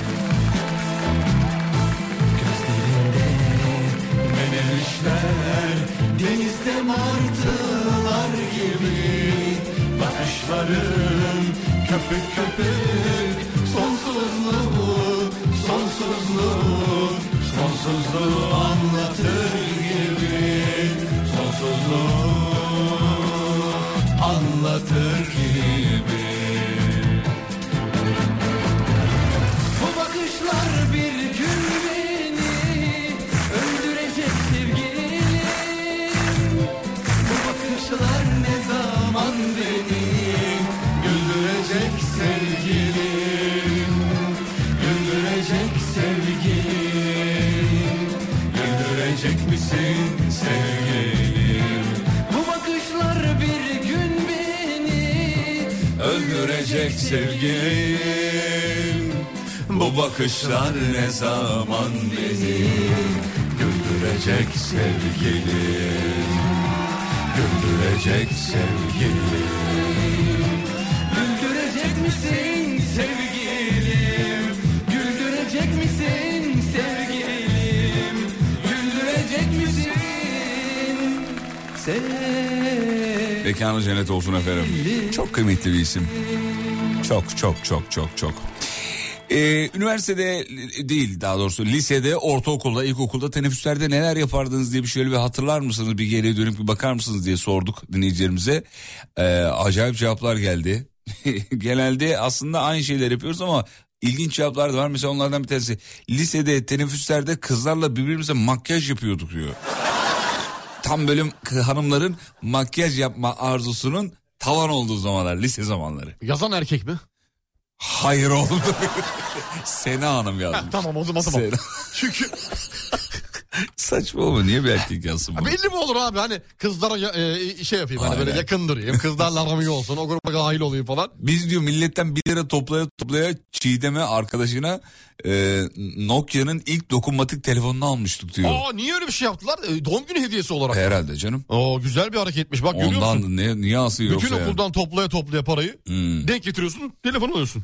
Gözlerinde menevişler, denizde martılar gibi. Bakışların köpük köpük, sonsuzluğu, sonsuzluğu, sonsuzluğu anlatır gibi. Sonsuzluğu anlatır gibi. Bu bakışlar bir gün beni öldürecek sevgilim. Bu bakışlar ne zaman beni güldürecek sevgilim, güldürecek sevgilim, güldürecek misin sevgilim? Bu bakışlar bir gün beni öldürecek sevgilim. Bu bakışlar ne zaman beni güldürecek sevgilim, güldürecek sevgilim. Güldürecek misin sevgilim? Güldürecek misin sevgilim? Güldürecek misin sevgilim? Mekanı cennet olsun efendim. Çok kıymetli bir isim. Çok çok çok çok çok. Üniversitede değil, daha doğrusu lisede, ortaokulda, ilkokulda teneffüslerde neler yapardınız diye şöyle bir hatırlar mısınız? Bir geriye dönüp bir bakar mısınız diye sorduk dinleyicilerimize. Acayip cevaplar geldi. Genelde aslında aynı şeyler yapıyoruz ama ilginç cevaplar da var. Mesela onlardan bir tanesi, lisede teneffüslerde kızlarla birbirimize makyaj yapıyorduk diyor. Tam bölüm hanımların makyaj yapma arzusunun tavan olduğu zamanlar, lise zamanları. Yazan erkek mi? Hayır oğlum. Sena Hanım yazmış. Tamam o zaman. Çünkü saçma olma, niye bir erkek yazsın bunu? belli mi olur abi, hani kızlara şey yapayım, hani böyle yakın durayım, kızlarla aram iyi olsun, o gruba dahil olayım falan. Biz diyor milletten 1 lira toplaya Çiğdem'e, arkadaşına Nokia'nın ilk dokunmatik telefonunu almıştık diyor. Niye öyle bir şey yaptılar? Doğum günü hediyesi olarak. Herhalde canım. Güzel bir hareketmiş, bak görüyor musun? Ondan niye asıyor yoksa bütün okuldan toplaya parayı denk getiriyorsun, telefon alıyorsun.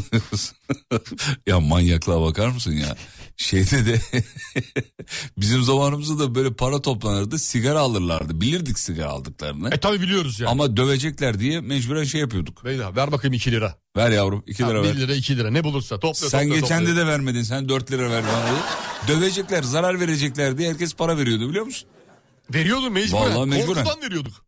Ya manyaklığa bakar mısın ya? Şeyde de bizim zamanımızda da böyle para toplanırdı, sigara alırlardı. Bilirdik sigara aldıklarını. Tabi biliyoruz yani. Ama dövecekler diye mecburen şey yapıyorduk. Beyler ver bakayım 2 lira. Ver yavrum 2 lira ver. 1 lira 2 lira ne bulursa topla. Sen geçen de vermedin, sen 4 lira verdin. Dövecekler, zarar verecekler diye herkes para veriyordu, biliyor musun? Veriyordu mecburen. Vallahi mecburen. Korkudan veriyorduk.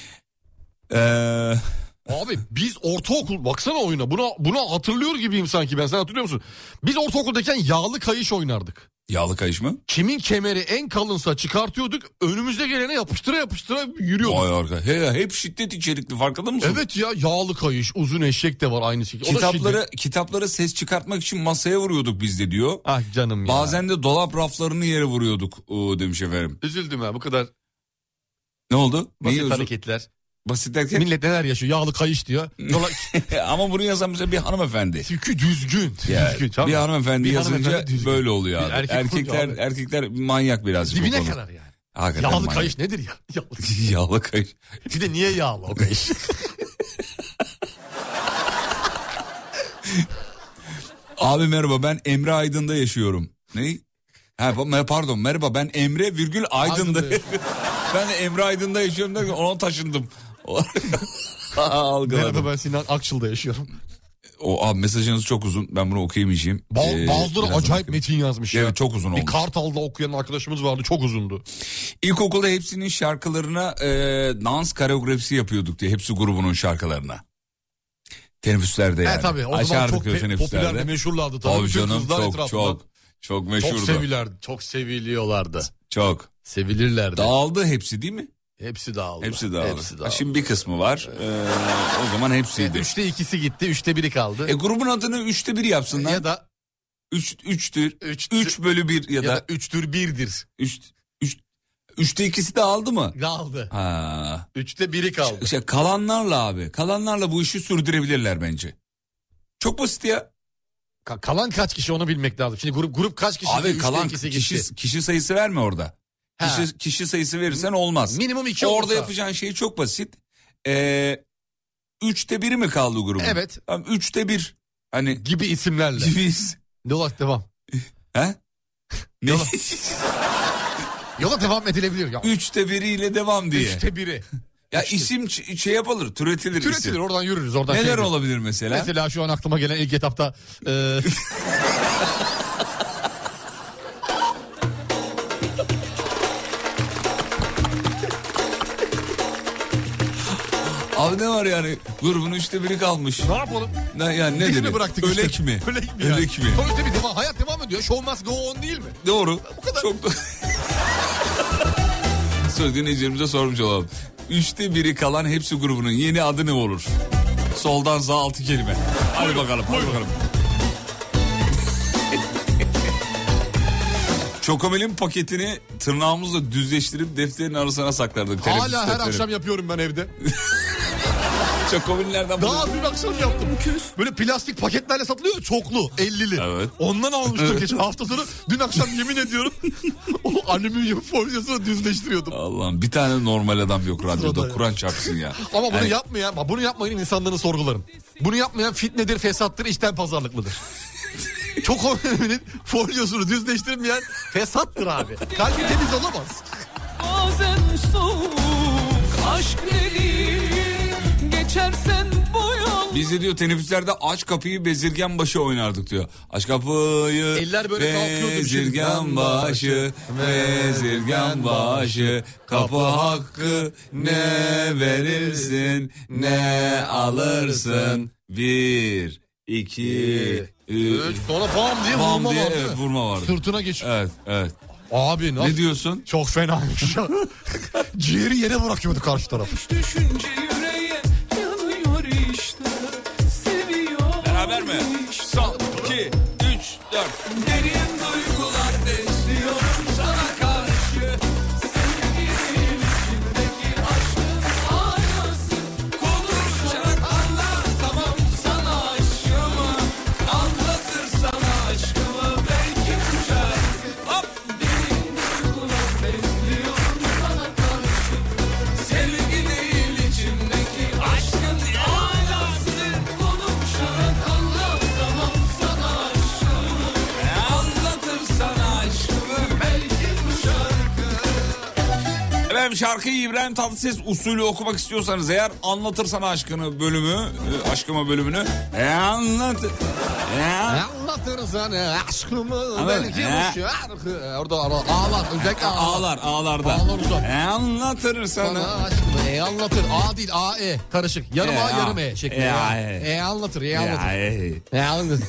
Abi biz ortaokul, baksana oyuna, buna hatırlıyor gibiyim sanki ben, sen hatırlıyor musun? Biz ortaokuldayken yağlı kayış oynardık. Yağlı kayış mı? Kimin kemeri en kalınsa çıkartıyorduk, önümüze gelene yapıştıra yürüyorduk. Vay arka. Hep şiddet içerikli, farkında mısın? Evet ya, yağlı kayış, uzun eşek de var aynı şekilde. Kitapları ses çıkartmak için masaya vuruyorduk biz de diyor. Ah canım ya. Bazen de dolap raflarını yere vuruyorduk demiş efendim. Üzüldüm ha, bu kadar. Ne oldu? Basit hareketler. Basit derken? Millet neler yaşıyor, yağlı kayış diyor. Ama bunu yazan bize bir hanımefendi. Çünkü düzgün. Yani, düzgün bir hanımefendi yazınca böyle oluyor abi. Erkekler erkekler manyak birazcık. Dibine kadar yani. Hakikaten yağlı manyak. Kayış nedir ya? Yağlı kayış. Bir de niye yağlı o kayış? Abi merhaba, ben Emre Aydın'da yaşıyorum. Ne? Pardon, merhaba ben Emre virgül Aydın'da. Ben de Emre Aydın'da yaşıyorum derken ona taşındım. Merhaba ben Sinan Akçıl'da yaşıyorum. O mesajınız çok uzun. Ben bunu okuyamayacağım. Bazıları acayip metin yazmış ya. Evet, çok uzun olmuş. Bir Kartal'da okuyan arkadaşımız vardı, çok uzundu. İlkokulda hepsinin şarkılarına dans koreografisi yapıyorduk diye. Hepsi grubunun şarkılarına. Teneffüslerde yani. Tabii o zaman çok popüler ve meşhurlardı tabii. Tabii canım, çok meşhurdu. Çok sevilerdi. Çok seviliyorlardı. Çok. Sevilirlerdi. Dağıldı hepsi değil mi? Hepsi dağıldı. Hepsi dağıldı. Şimdi bir kısmı var. O zaman hepsiydi. 3'te 2'si gitti. 3'te 1'i kaldı. Grubun adını 3'te 1 yapsınlar. Ya da 3'tür. 3/1 ya da 3'tür 1'dir. 3'te 2'si dağıldı mı? Dağıldı. Ha. 3'te 1'i kaldı. İşte kalanlarla bu işi sürdürebilirler bence. Çok basit ya. Kalan kaç kişi onu bilmek lazım. Şimdi grup kaç kişi? Abi kalan kişi sayısı verme orada. Kişi sayısı verirsen olmaz. Minimum 2 orada olsa. yapacağın şey çok basit. 3'te 1'i mi kaldı grubun? Evet. 3'te 1. Hani gibi isimlerle. Devam. He? Ne? Yola devam edilebilir ya. 3'te 1'iyle devam diye. 3'te 1'i. Ya isim yapılır, türetilir isim. Oradan yürürüz. Oradan neler olabilir mesela? Mesela şu an aklıma gelen ilk etapta... Abi ne var yani? Grubun 3'te 1'i kalmış. Ne yapalım? Yani ne dedi? Bıraktık Ölek işte. mi? Ölek mi? Ölek mi? Sonuçta bir hayat devam ediyor. Show must go on değil mi? Doğru. Bu kadar. Çok Söz dinleyicilerimize sormuş olalım. 3'te 1'i kalan hepsi grubunun yeni adı ne olur? Soldan sağ 6 kelime. Hadi bakalım. Çokomel'in paketini tırnağımızla düzleştirip defterin arasına saklardık. Hala her akşam yapıyorum ben evde. Çokomel'lerden daha dün akşam yaptım. Böyle plastik paketlerle satılıyor, çoklu 50'li. Evet. Ondan almıştım geçen hafta sonu. Dün akşam yemin ediyorum o alüminyum folyosunu düzleştiriyordum. Allah'ım bir tane normal adam yok radyoda. Kur'an çarpsın ya. Ama bunu yapmayan, bunu yapmayın insanların sorgularım. Bunu yapmayan fitnedir, fesattır, içten pazarlıklıdır. Çok önemlinin folyosunu düzleştirmeyen fesattır abi. Kalbi temiz olamaz. Bazen soğuk aşk dediğin geçersen bu yol. Biz de diyor teneffüslerde aç kapıyı bezirgen başı oynardık diyor. Aç kapıyı eller böyle kalkıyordu. Bezirgen başı, bezirgen başı. Kapı hakkı ne verirsin ne alırsın. 1, 2, 3. Sonra bam diye vurma vardı. Evet, vurma vardı. Sırtına geçiyor. Evet. Abi nasıl? Ne diyorsun? Çok fenaymış ya. Ciğeri yere bırakıyordu karşı taraf. Düşünce yüreğe yanıyor işte. Seviyor. Beraber mi? Son, 2, 3, 4. Derin duygular besliyorum sana karşı. Sevgilim içimdeki aşkın aynası. Konuşarak anlatamam sana aşkımı. Anlatır sana aşkımı belki bu şarkı. Hop! Derin duygular besliyorum sana karşı. Sevgi değil içimdeki aşkın aynası. Konuşarak anlatamam sana aşkımı. Anlatır sana aşkımı belki bu şarkı. Efendim şarkıyı İbrahim Tatlıses usulü okumak istiyorsanız eğer anlatır sana aşkını bölümü, aşkımı bölümünü. Anlatır sana aşkımı Evet. belki bu şarkı. Orada ağlar. Özellikle ağlarda. Ağlar uzak. Anlatır sana. Sana aşkımı anlatır. A değil A-E karışık. Yarım A yarım E şeklinde. Anlatır. Anlatır.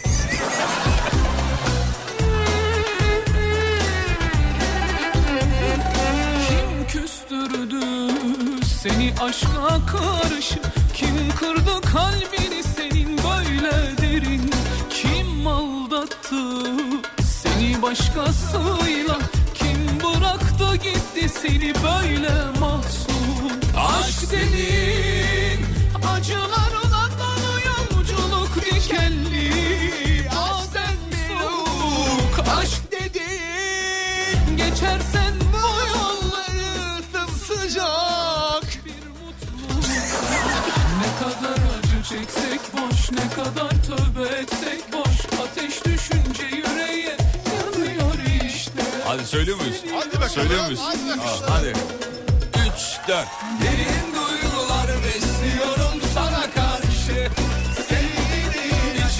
Kim küstürdü seni aşka karşı? Kim kırdı kalbini senin böyle derin? Kim aldattı seni başkasıyla? Kim bıraktı gitti seni böyle mahzun? Aşk dediğin acılarla dolu yolculuk dikenli. Bazen soğuk aşk dediğin geçersen bu yolları sıcak bir mutluluk. Ne kadar acı çeksek boş, ne kadar tövbe etsek boş. Ateş düşünce yüreğe yanıyor işte. Hadi söylüyor muyuz? Hadi bakalım. Söylüyor muyuz? Hadi. 3, 4. Derin duygular besliyorum sana karşı. Sevgi değil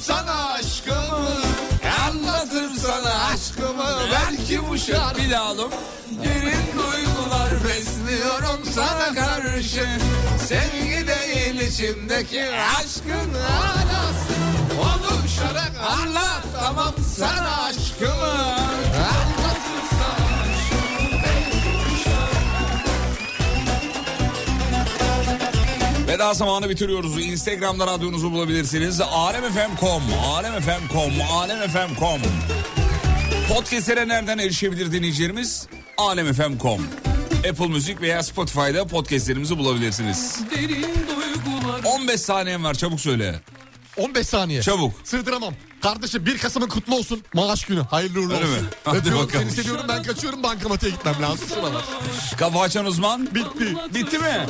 sana aşkımı, anlatır sana aşkımı. Belki bu şarkı. Bir daha alalım. Derin duygular besliyorum sana karşı. Sevgi değil içimdeki aşkın alası. Konuşarak anlatamam sana aşkımı. Anlatır sana aşkımı. Veda zamanı bitiriyoruz. Instagram'da radyonuzu bulabilirsiniz. alemfm.com, alemfm.com, alemfm.com. Podcast'lere nereden erişebilir dinleyicilerimiz? alemfm.com. Apple Müzik veya Spotify'da podcast'lerimizi bulabilirsiniz. 15 saniyen var, çabuk söyle. 15 saniye. Çabuk. Sığdıramam. Kardeşim 1 Kasım'ın kutlu olsun. Maaş günü. Hayırlı uğurlu Öyle olsun. mi? Hadi Öpüyorum, bakalım. seni seviyorum, ben kaçıyorum, bankamatiğe gitmem lazım. Sıralar. Kafa açan uzman. Bitti. Bitti mi?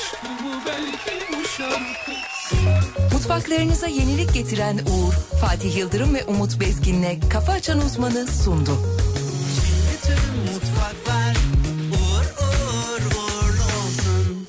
Mutfaklarınıza yenilik getiren Uğur, Fatih Yıldırım ve Umut Bezgin'le Kafa Açan Uzman'ı sundu.